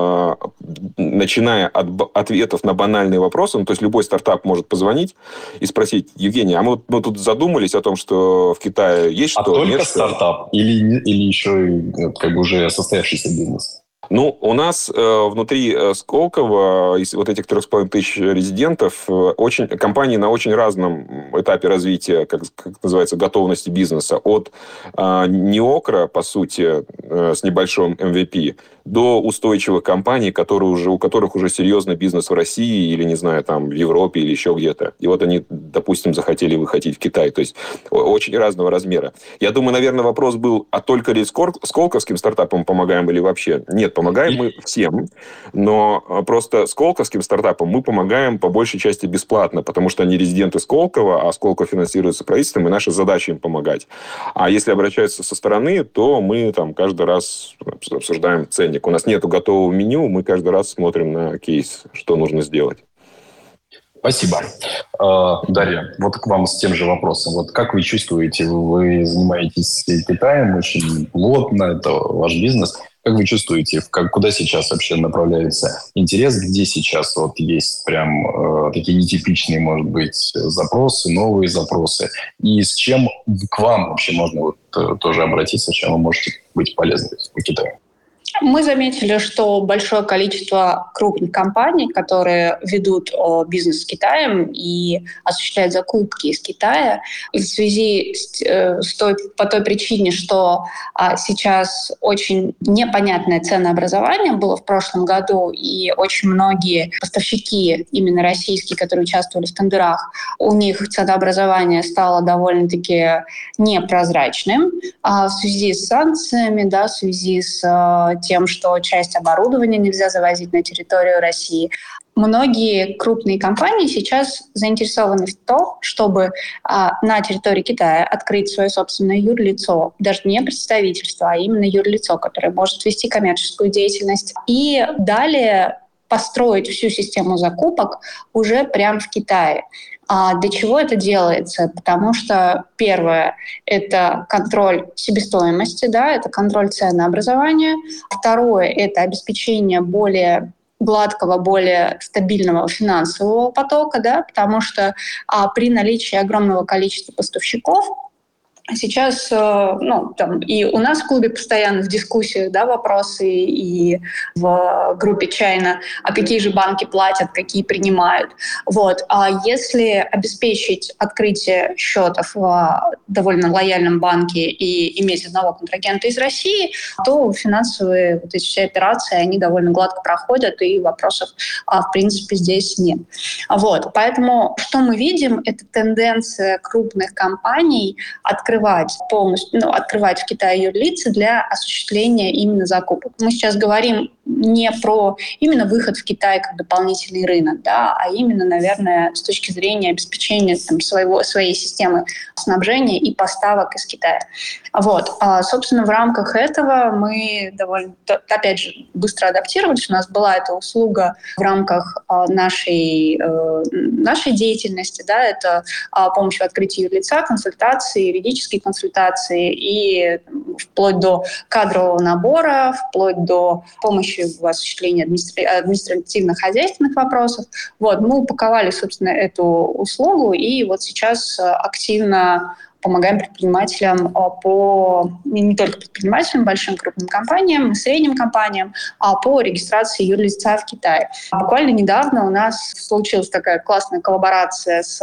начиная от ответов на банальные вопросы, ну, то есть любой стартап может позвонить и спросить: Евгений, а мы, мы тут задумались о том, что в Китае есть а что? только нет, стартап? Что? Или, или еще как бы уже состоявшийся бизнес? Ну, у нас э, внутри Сколково, из вот этих трех с половиной тысяч резидентов, э, очень, компании на очень разном этапе развития, как, как называется, готовности бизнеса. От э, неокра, по сути, э, с небольшим эм ви пи, до устойчивых компаний, которые уже, у которых уже серьезный бизнес в России или, не знаю, там, в Европе или еще где-то. И вот они, допустим, захотели выходить в Китай. То есть, очень разного размера. Я думаю, наверное, вопрос был, а только ли сколковским стартапам помогаем или вообще? Нет, помогаем мы всем, но просто сколковским стартапам мы помогаем по большей части бесплатно, потому что они резиденты Сколково, а Сколково финансируется правительством, и наша задача им помогать. А если обращаются со стороны, то мы там каждый раз обсуждаем ценник. У нас нет готового меню, мы каждый раз смотрим на кейс, что нужно сделать. Спасибо. Дарья, вот к вам с тем же вопросом. Вот как вы чувствуете, вы занимаетесь Китаем очень плотно, это ваш бизнес. Как вы чувствуете, как, куда сейчас вообще направляется интерес, где сейчас вот есть прям э, такие нетипичные, может быть, запросы, новые запросы, и с чем к вам вообще можно вот, э, тоже обратиться, чем вы можете быть полезны по Китаю? Мы заметили, что большое количество крупных компаний, которые ведут бизнес с Китаем и осуществляют закупки из Китая, в связи с, с той, по той причине, что сейчас очень непонятное ценообразование было в прошлом году, и очень многие поставщики, именно российские, которые участвовали в тендерах, у них ценообразование стало довольно-таки непрозрачным в связи с санкциями, да, в связи с тем, что часть оборудования нельзя завозить на территорию России. Многие крупные компании сейчас заинтересованы в том, чтобы а, на территории Китая открыть свое собственное юрлицо, даже не представительство, а именно юрлицо, которое может вести коммерческую деятельность. И далее построить всю систему закупок уже прямо в Китае. А для чего это делается? Потому что первое – это контроль себестоимости, да, это контроль ценообразования. Второе – это обеспечение более гладкого, более стабильного финансового потока, да, потому что а, при наличии огромного количества поставщиков сейчас, ну, там, и у нас в клубе постоянно в дискуссиях, да, вопросы, и в группе Чайна, а какие же банки платят, какие принимают. Вот. А если обеспечить открытие счетов в довольно лояльном банке и иметь одного контрагента из России, то финансовые вот эти все операции, они довольно гладко проходят, и вопросов, в принципе, здесь нет. Вот. Поэтому что мы видим, это тенденция крупных компаний открывать полностью, ну, открывать в Китае юрлица для осуществления именно закупок. Мы сейчас говорим не про именно выход в Китай как дополнительный рынок, да, а именно, наверное, с точки зрения обеспечения там, своего, своей системы снабжения и поставок из Китая. Вот. А, собственно, в рамках этого мы довольно, опять же, быстро адаптировались. У нас была эта услуга в рамках а, нашей, э, нашей деятельности, да, это а, помощь в открытии юрлица, консультации, юридические консультации и там, вплоть до кадрового набора, вплоть до помощи в осуществлении администра- административно-хозяйственных вопросов. Вот, мы упаковали, собственно, эту услугу, и вот сейчас активно помогаем предпринимателям по, не только предпринимателям, большим крупным компаниям, средним компаниям, а по регистрации юрлица в Китае. Буквально недавно у нас случилась такая классная коллаборация с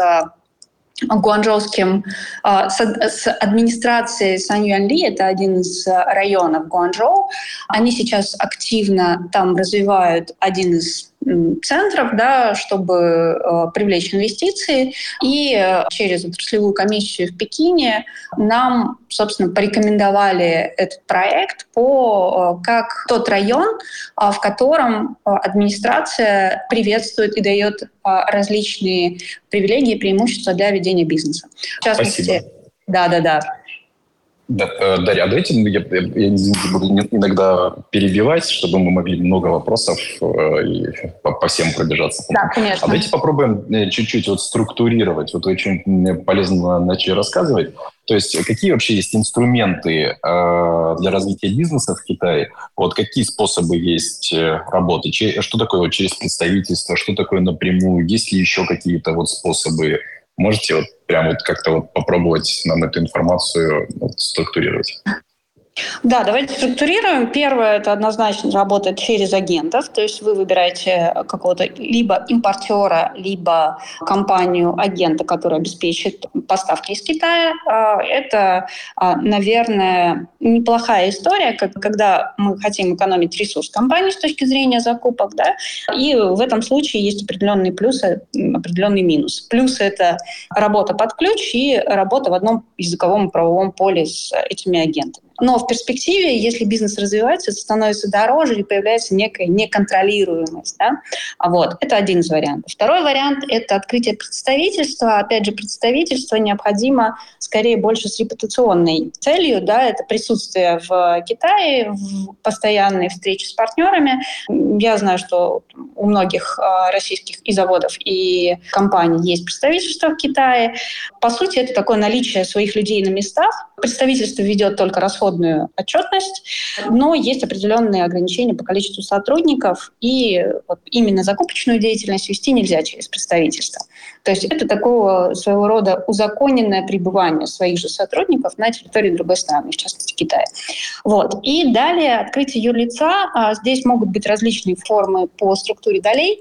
гуанчжоуским, с, с администрацией Саньюаньли, это один из районов Гуанчжоу. Они сейчас активно там развивают один из центров, да, чтобы э, привлечь инвестиции. И э, через отраслевую комиссию в Пекине нам, собственно, порекомендовали этот проект по, э, как тот район, э, в котором э, администрация приветствует и дает э, различные привилегии и преимущества для ведения бизнеса. В частности, Спасибо. Да-да-да. Да, Дарья, а давайте я, я, я извините, буду иногда перебивать, чтобы мы могли много вопросов э, и по, по всем пробежаться. Да, конечно. А давайте попробуем чуть-чуть вот структурировать. Вот очень полезно начали рассказывать. То есть какие вообще есть инструменты э, для развития бизнеса в Китае? Вот какие способы есть работы? Че, что такое вот через представительство? Что такое напрямую? Есть ли еще какие-то вот способы? Можете вот прям вот как-то вот попробовать нам эту информацию вот структурировать? Да, давайте структурируем. Первое – это однозначно работать через агентов, то есть вы выбираете какого-то либо импортера, либо компанию-агента, которая обеспечит поставки из Китая. Это, наверное, неплохая история, когда мы хотим экономить ресурс компании с точки зрения закупок, да, и в этом случае есть определенные плюсы, определенный минус. Плюс – это работа под ключ и работа в одном языковом правовом поле с этими агентами. Но в перспективе, если бизнес развивается, это становится дороже и появляется некая неконтролируемость. Да? Вот. Это один из вариантов. Второй вариант – это открытие представительства. Опять же, представительство необходимо скорее больше с репутационной целью. Да? Это присутствие в Китае, в постоянные встречи с партнерами. Я знаю, что у многих российских и заводов, и компаний есть представительство в Китае. По сути, это такое наличие своих людей на местах. Представительство ведет только расходную отчетность, но есть определенные ограничения по количеству сотрудников, и вот именно закупочную деятельность вести нельзя через представительство. То есть это такого своего рода узаконенное пребывание своих же сотрудников на территории другой страны, в частности Китая. Вот. И далее открытие юрлица. Здесь могут быть различные формы по структуре долей.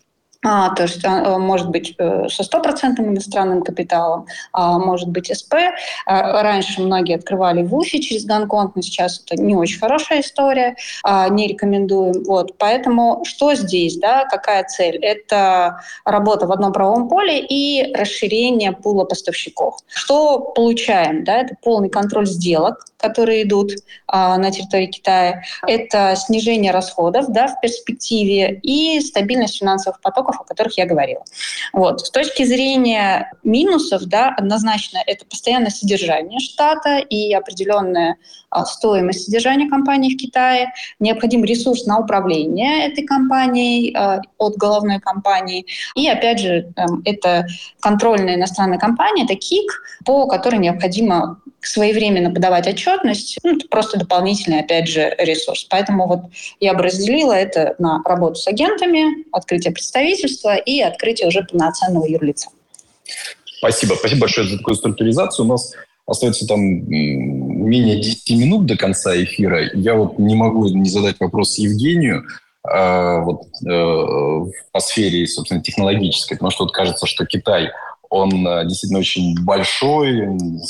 А, то есть а, может быть со стопроцентным иностранным капиталом, а, может быть СП. А, раньше многие открывали в Уфе через Гонконг, но сейчас это не очень хорошая история, а, не рекомендуем. Вот. Поэтому что здесь, да, какая цель? Это работа в одном правовом поле и расширение пула поставщиков. Что получаем? Да? Это полный контроль сделок, которые идут а, на территории Китая. Это снижение расходов, да, в перспективе и стабильность финансовых потоков, о которых я говорила. Вот. С точки зрения минусов, да, однозначно это постоянное содержание штата и определенная а, стоимость содержания компании в Китае. Необходим ресурс на управление этой компанией а, от головной компании. И, опять же, а, это контрольная иностранная компания, это КИК, по которой необходимо своевременно подавать отчетность. Ну, это просто дополнительный, опять же, ресурс. Поэтому вот я бы разделила это на работу с агентами, открытие представительства и открытие уже полноценного юрлица. Спасибо. Спасибо большое за такую структуризацию. У нас остается там менее десяти минут до конца эфира. Я вот не могу не задать вопрос Евгению э, вот, э, по сфере, собственно, технологической, потому что вот кажется, что Китай, он действительно очень большой,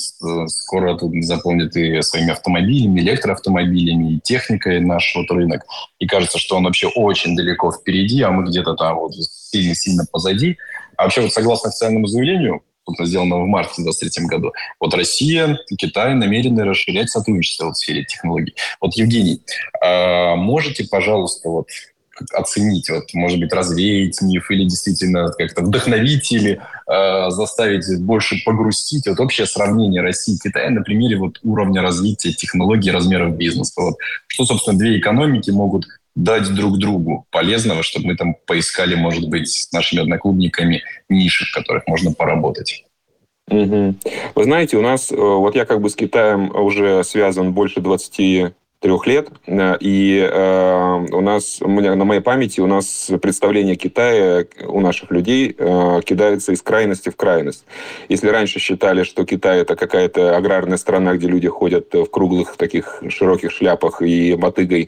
скоро тут заполнит и своими автомобилями, электроавтомобилями, и техникой наш вот рынок. И кажется, что он вообще очень далеко впереди, а мы где-то там вот сильно-сильно позади. А вообще вот согласно официальному заявлению, сделанному в марте две тысячи двадцать третьем году, вот Россия и Китай намерены расширять сотрудничество в сфере технологий. Вот, Евгений, можете, пожалуйста, вот оценить, вот, может быть, развеять миф или действительно как-то вдохновить или э, заставить больше погрустить. Вот общее сравнение России и Китая на примере вот уровня развития технологий, размеров бизнеса. Вот, что, собственно, две экономики могут дать друг другу полезного, чтобы мы там поискали, может быть, с нашими одноклубниками ниши, в которых можно поработать. Угу. Вы знаете, у нас, вот я как бы с Китаем уже связан больше двадцати трех лет, и э, у нас, у меня, на моей памяти, у нас представление Китая у наших людей э, кидается из крайности в крайность. Если раньше считали, что Китай это какая-то аграрная страна, где люди ходят в круглых таких широких шляпах и мотыгой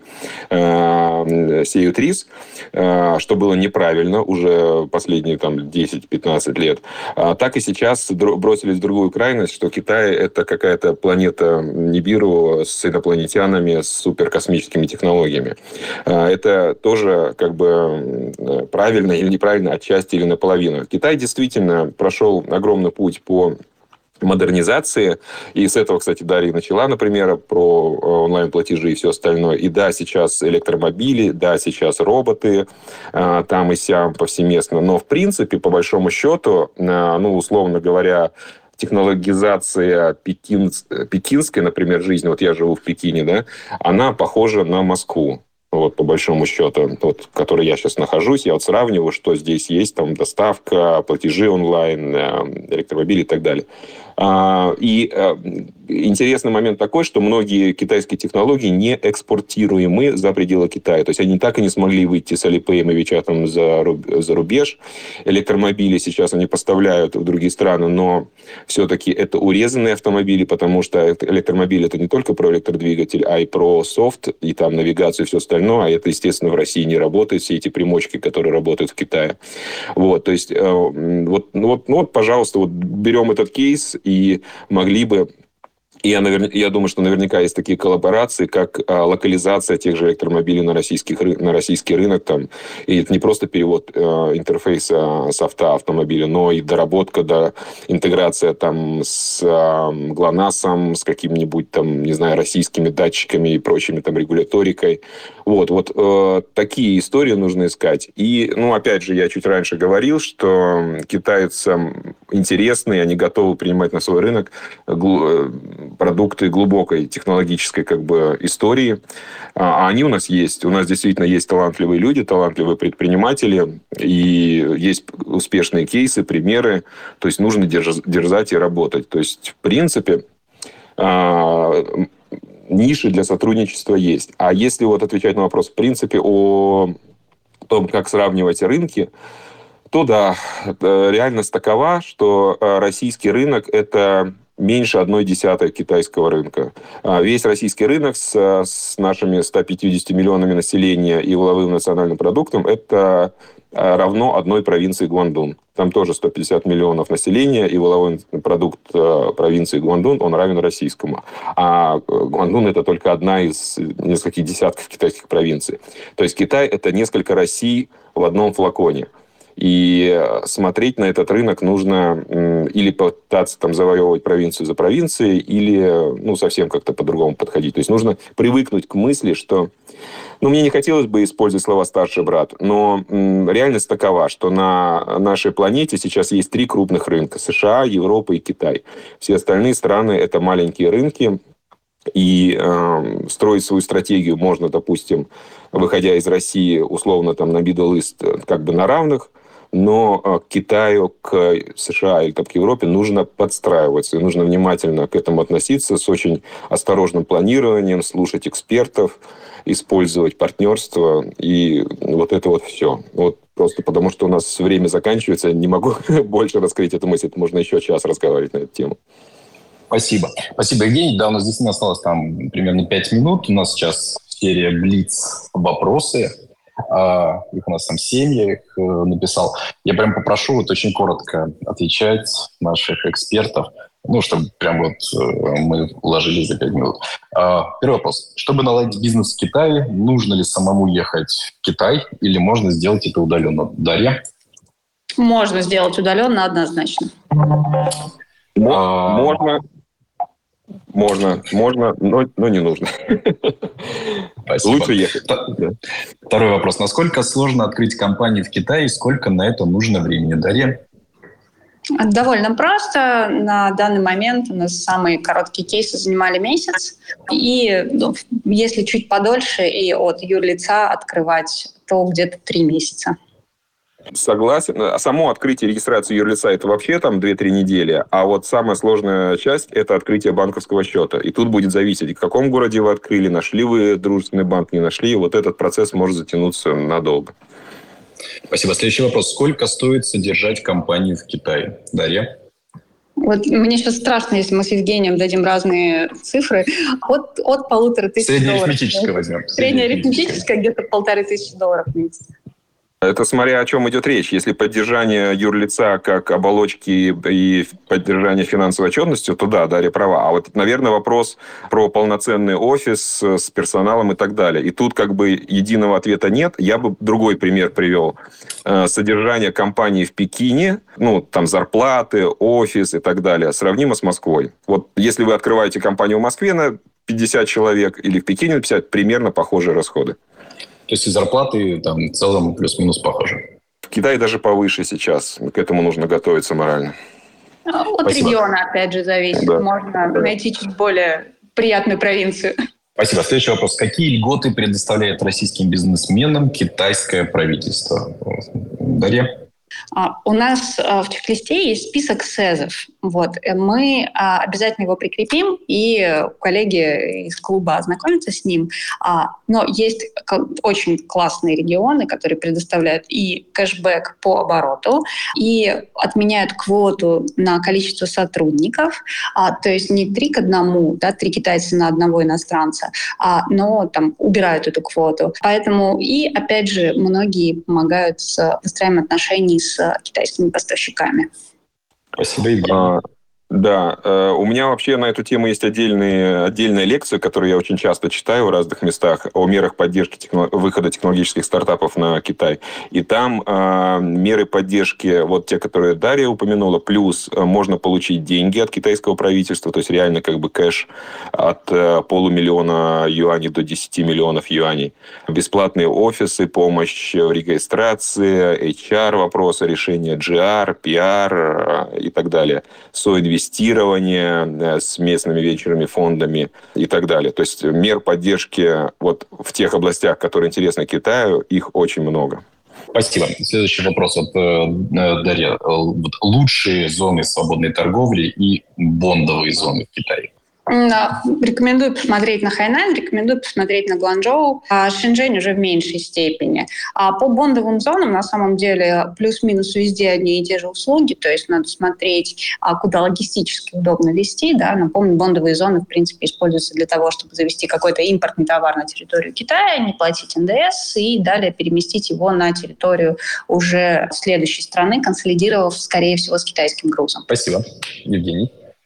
э, сеют рис, э, что было неправильно уже последние там, десять-пятнадцать лет, э, так и сейчас бросились в другую крайность, что Китай это какая-то планета Нибиру с инопланетянами, с суперкосмическими технологиями. Это тоже как бы правильно или неправильно, отчасти или наполовину. Китай действительно прошел огромный путь по модернизации. И с этого, кстати, Дарья начала, например, про онлайн-платежи и все остальное. И да, сейчас электромобили, да, сейчас роботы там и сям повсеместно. Но, в принципе, по большому счету, ну, условно говоря, технологизация пекин, пекинской, например, жизни, вот я живу в Пекине, да, она похожа на Москву. Вот, по большому счету, вот, в которой я сейчас нахожусь, я вот сравниваю, что здесь есть, там, доставка, платежи онлайн, электромобили и так далее. И интересный момент такой, что многие китайские технологии не экспортируемы за пределы Китая. То есть они так и не смогли выйти с Alipay и WeChat за рубеж. Электромобили сейчас они поставляют в другие страны, но все-таки это урезанные автомобили, потому что электромобиль это не только про электродвигатель, а и про софт, и там навигацию и все остальное. А это, естественно, в России не работает, все эти примочки, которые работают в Китае. Вот, то есть, вот, ну, вот, ну, вот, пожалуйста, вот берем этот кейс и могли бы. И я, наверное, я думаю, что наверняка есть такие коллаборации, как а, локализация тех же электромобилей на, российских, на российский рынок. Там. И это не просто перевод э, интерфейса софта автомобиля, но и доработка, да, интеграция там, с э, ГЛОНАССом, с какими-нибудь там, не знаю, российскими датчиками и прочими там регуляторикой. Вот, вот э, такие истории нужно искать. И, ну, опять же, я чуть раньше говорил, что китайцам интересны, они готовы принимать на свой рынок продукты глубокой технологической как бы истории. А они у нас есть. У нас действительно есть талантливые люди, талантливые предприниматели. И есть успешные кейсы, примеры. То есть нужно дерзать и работать. То есть, в принципе, ниши для сотрудничества есть. А если вот отвечать на вопрос, в принципе, о том, как сравнивать рынки, то да, реальность такова, что российский рынок – это меньше одной десятой китайского рынка. Весь российский рынок с, с нашими ста пятьюдесятью миллионами населения и валовым национальным продуктом – это равно одной провинции Гуандун. Там тоже сто пятьдесят миллионов населения, и валовой продукт провинции Гуандун, он равен российскому. А Гуандун – это только одна из нескольких десятков китайских провинций. То есть Китай – это несколько Россий в одном флаконе. И смотреть на этот рынок нужно или пытаться там завоевывать провинцию за провинцией, или ну, совсем как-то по-другому подходить. То есть нужно привыкнуть к мысли, что... Ну, мне не хотелось бы использовать слова «старший брат», но м, реальность такова, что на нашей планете сейчас есть три крупных рынка – США, Европа и Китай. Все остальные страны – это маленькие рынки, и э, строить свою стратегию можно, допустим, выходя из России, условно, там, на middle east, как бы на равных, но э, к Китаю, к США или там, к Европе нужно подстраиваться. И нужно внимательно к этому относиться с очень осторожным планированием, слушать экспертов, использовать партнерство. И вот это вот все. Вот просто потому, что у нас время заканчивается, не могу больше раскрыть эту мысль. Это можно еще час разговаривать на эту тему. Спасибо. Спасибо, Евгений. Да, у нас действительно осталось там примерно пять минут. У нас сейчас серия Блиц вопросы. Uh, их у нас там семь, я их uh, написал. Я прям попрошу вот очень коротко отвечать наших экспертов, ну, чтобы прям вот uh, мы уложились за пять минут. Uh, первый вопрос. Чтобы наладить бизнес в Китае, нужно ли самому ехать в Китай или можно сделать это удаленно? Дарья? Можно сделать удаленно однозначно. Можно, можно, можно, но, но не нужно. Спасибо. Лучше ехать. Второй вопрос. Насколько сложно открыть компанию в Китае и сколько на это нужно времени? Дарья? Довольно просто. На данный момент у нас самые короткие кейсы занимали месяц. И ну, если чуть подольше и от юрлица открывать, то где-то три месяца. Согласен. А само открытие регистрации юрлица – это вообще там две-три недели. А вот самая сложная часть – это открытие банковского счета. И тут будет зависеть, в каком городе вы открыли, нашли вы дружественный банк, не нашли. Вот этот процесс может затянуться надолго. Спасибо. Следующий вопрос. Сколько стоит содержать компанию в Китае? Дарья? Вот мне сейчас страшно, если мы с Евгением дадим разные цифры. От, от полутора тысяч долларов. Среднеарифметическое возьмем. Среднеарифметическое где-то полторы тысячи долларов в месяц. Это смотря о чем идет речь. Если поддержание юрлица как оболочки и поддержание финансовой отчетности, то да, Дарья права. А вот, наверное, вопрос про полноценный офис с персоналом и так далее. И тут как бы единого ответа нет. Я бы другой пример привел. Содержание компании в Пекине, ну, там зарплаты, офис и так далее, сравнимо с Москвой. Вот если вы открываете компанию в Москве на пятьдесят человек или в Пекине на пятьдесят, примерно похожие расходы. То есть и зарплаты там в целом плюс-минус похожи. В Китае даже повыше сейчас. К этому нужно готовиться морально. От Спасибо. Региона, опять же, зависит. Да. Можно да. найти чуть более приятную провинцию. Спасибо. Следующий вопрос. Какие льготы предоставляет российским бизнесменам китайское правительство? Дарья? У нас в чек-листе есть список СЭЗов. Вот. Мы обязательно его прикрепим, и коллеги из клуба ознакомятся с ним. Но есть очень классные регионы, которые предоставляют и кэшбэк по обороту, и отменяют квоту на количество сотрудников. То есть не три к одному, да, три китайца на одного иностранца, но там убирают эту квоту. Поэтому и, опять же, многие помогают с выстраиванием отношений с китайскими поставщиками. Спасибо, Евгений. Да, у меня вообще на эту тему есть отдельные, отдельная лекция, которую я очень часто читаю в разных местах, о мерах поддержки техно... выхода технологических стартапов на Китай. И там э, меры поддержки, вот те, которые Дарья упомянула, плюс можно получить деньги от китайского правительства, то есть реально как бы кэш от э, полумиллиона юаней до десяти миллионов юаней. Бесплатные офисы, помощь в регистрации, эйч ар вопросы, решение джи ар, пи ар э, и так далее. Соинвестирование, инвестирование с местными венчурными фондами и так далее. То есть мер поддержки вот в тех областях, которые интересны Китаю, их очень много. Спасибо. Следующий вопрос от э, Дарья. Вот лучшие зоны свободной торговли и бондовые зоны в Китае? Да, рекомендую посмотреть на Хайнань, рекомендую посмотреть на Гуанчжоу, а Шэньчжэнь уже в меньшей степени. А по бондовым зонам, на самом деле, плюс-минус везде одни и те же услуги, то есть надо смотреть, куда логистически удобно везти. Да. Напомню, бондовые зоны, в принципе, используются для того, чтобы завести какой-то импортный товар на территорию Китая, не платить эн дэ эс и далее переместить его на территорию уже следующей страны, консолидировав, скорее всего, с китайским грузом. Спасибо. Евгений?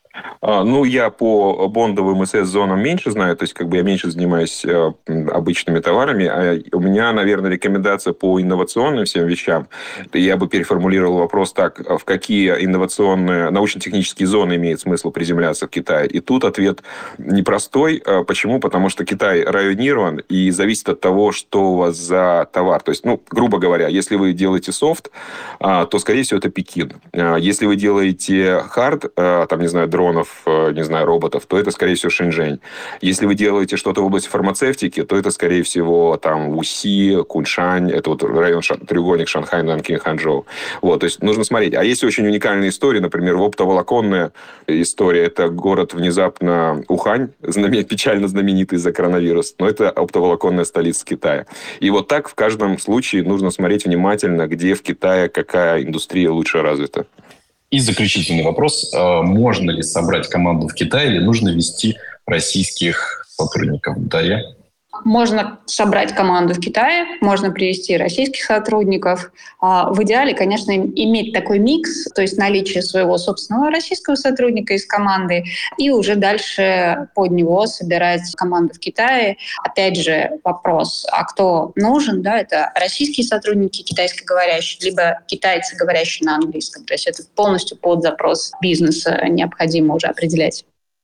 Ну, я по бондовым СС-зонам меньше знаю, то есть как бы я меньше занимаюсь обычными товарами. А у меня, наверное, рекомендация по инновационным всем вещам. Я бы переформулировал вопрос так: в какие инновационные научно-технические зоны имеет смысл приземляться в Китае? И тут ответ непростой. Почему? Потому что Китай районирован и зависит от того, что у вас за товар. То есть, ну, грубо говоря, если вы делаете софт, то, скорее всего, это Пекин. Если вы делаете хард, там, не знаю, дронов, не знаю, роботов, то это, скорее всего, Шэньчжэнь. Если вы делаете что-то в области фармацевтики, то это, скорее всего, там, Уси, Куньшань, это вот район, треугольник Шанхай, Нанкин, Ханчжоу. Вот, то есть нужно смотреть. А есть очень уникальные истории, например, оптоволоконная история. Это город внезапно Ухань, знамен, печально знаменитый из-за коронавируса, но это оптоволоконная столица Китая. И вот так в каждом случае нужно смотреть внимательно, где в Китае какая индустрия лучше развита. И заключительный вопрос. Можно ли собрать команду в Китае или нужно вести российских сотрудников? Дарья? Можно собрать команду в Китае, можно привести российских сотрудников. В идеале, конечно, иметь такой микс, то есть наличие своего собственного российского сотрудника из команды и уже дальше под него собирать команду в Китае. Опять же, вопрос, а кто нужен? Да, это российские сотрудники, китайскоговорящие, либо китайцы, говорящие на английском. То есть это полностью под запрос бизнеса необходимо уже определять.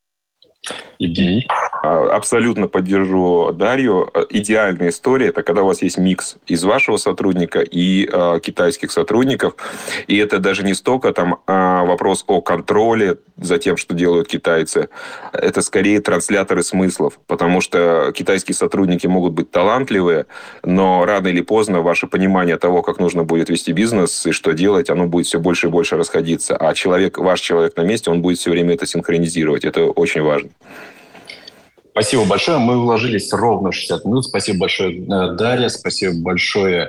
Евгений? Абсолютно поддержу Дарью. Идеальная история – это когда у вас есть микс из вашего сотрудника и э, китайских сотрудников. И это даже не столько там, э, вопрос о контроле за тем, что делают китайцы. Это скорее трансляторы смыслов. Потому что китайские сотрудники могут быть талантливые, но рано или поздно ваше понимание того, как нужно будет вести бизнес и что делать, оно будет все больше и больше расходиться. А человек, ваш человек на месте, он будет все время это синхронизировать. Это очень важно. Спасибо большое. Мы уложились ровно в шестьдесят минут. Спасибо большое, Дарья. Спасибо большое,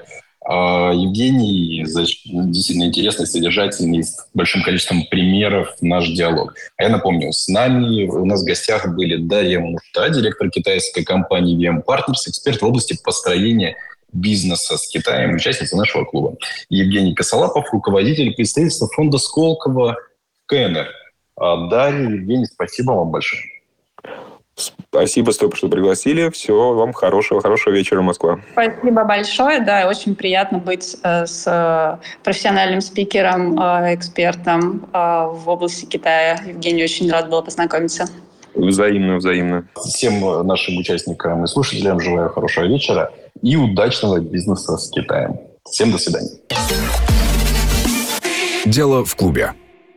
Евгений, за действительно интересный, содержательный, с большим количеством примеров наш диалог. А я напомню, с нами у нас в гостях были Дарья Мушта, директор китайской компании ви эм Partners, эксперт в области построения бизнеса с Китаем, участница нашего клуба. И Евгений Косолапов, руководитель представительства фонда Сколково в КНР. Дарья, Евгений, спасибо вам большое. Спасибо, что пригласили. Всего вам хорошего, хорошего вечера, Москва. Спасибо большое. Да, очень приятно быть э, с профессиональным спикером, э, экспертом э, в области Китая. Евгений, очень рад была познакомиться. Взаимно, взаимно. Всем нашим участникам и слушателям желаю хорошего вечера и удачного бизнеса с Китаем. Всем до свидания. Дело в клубе.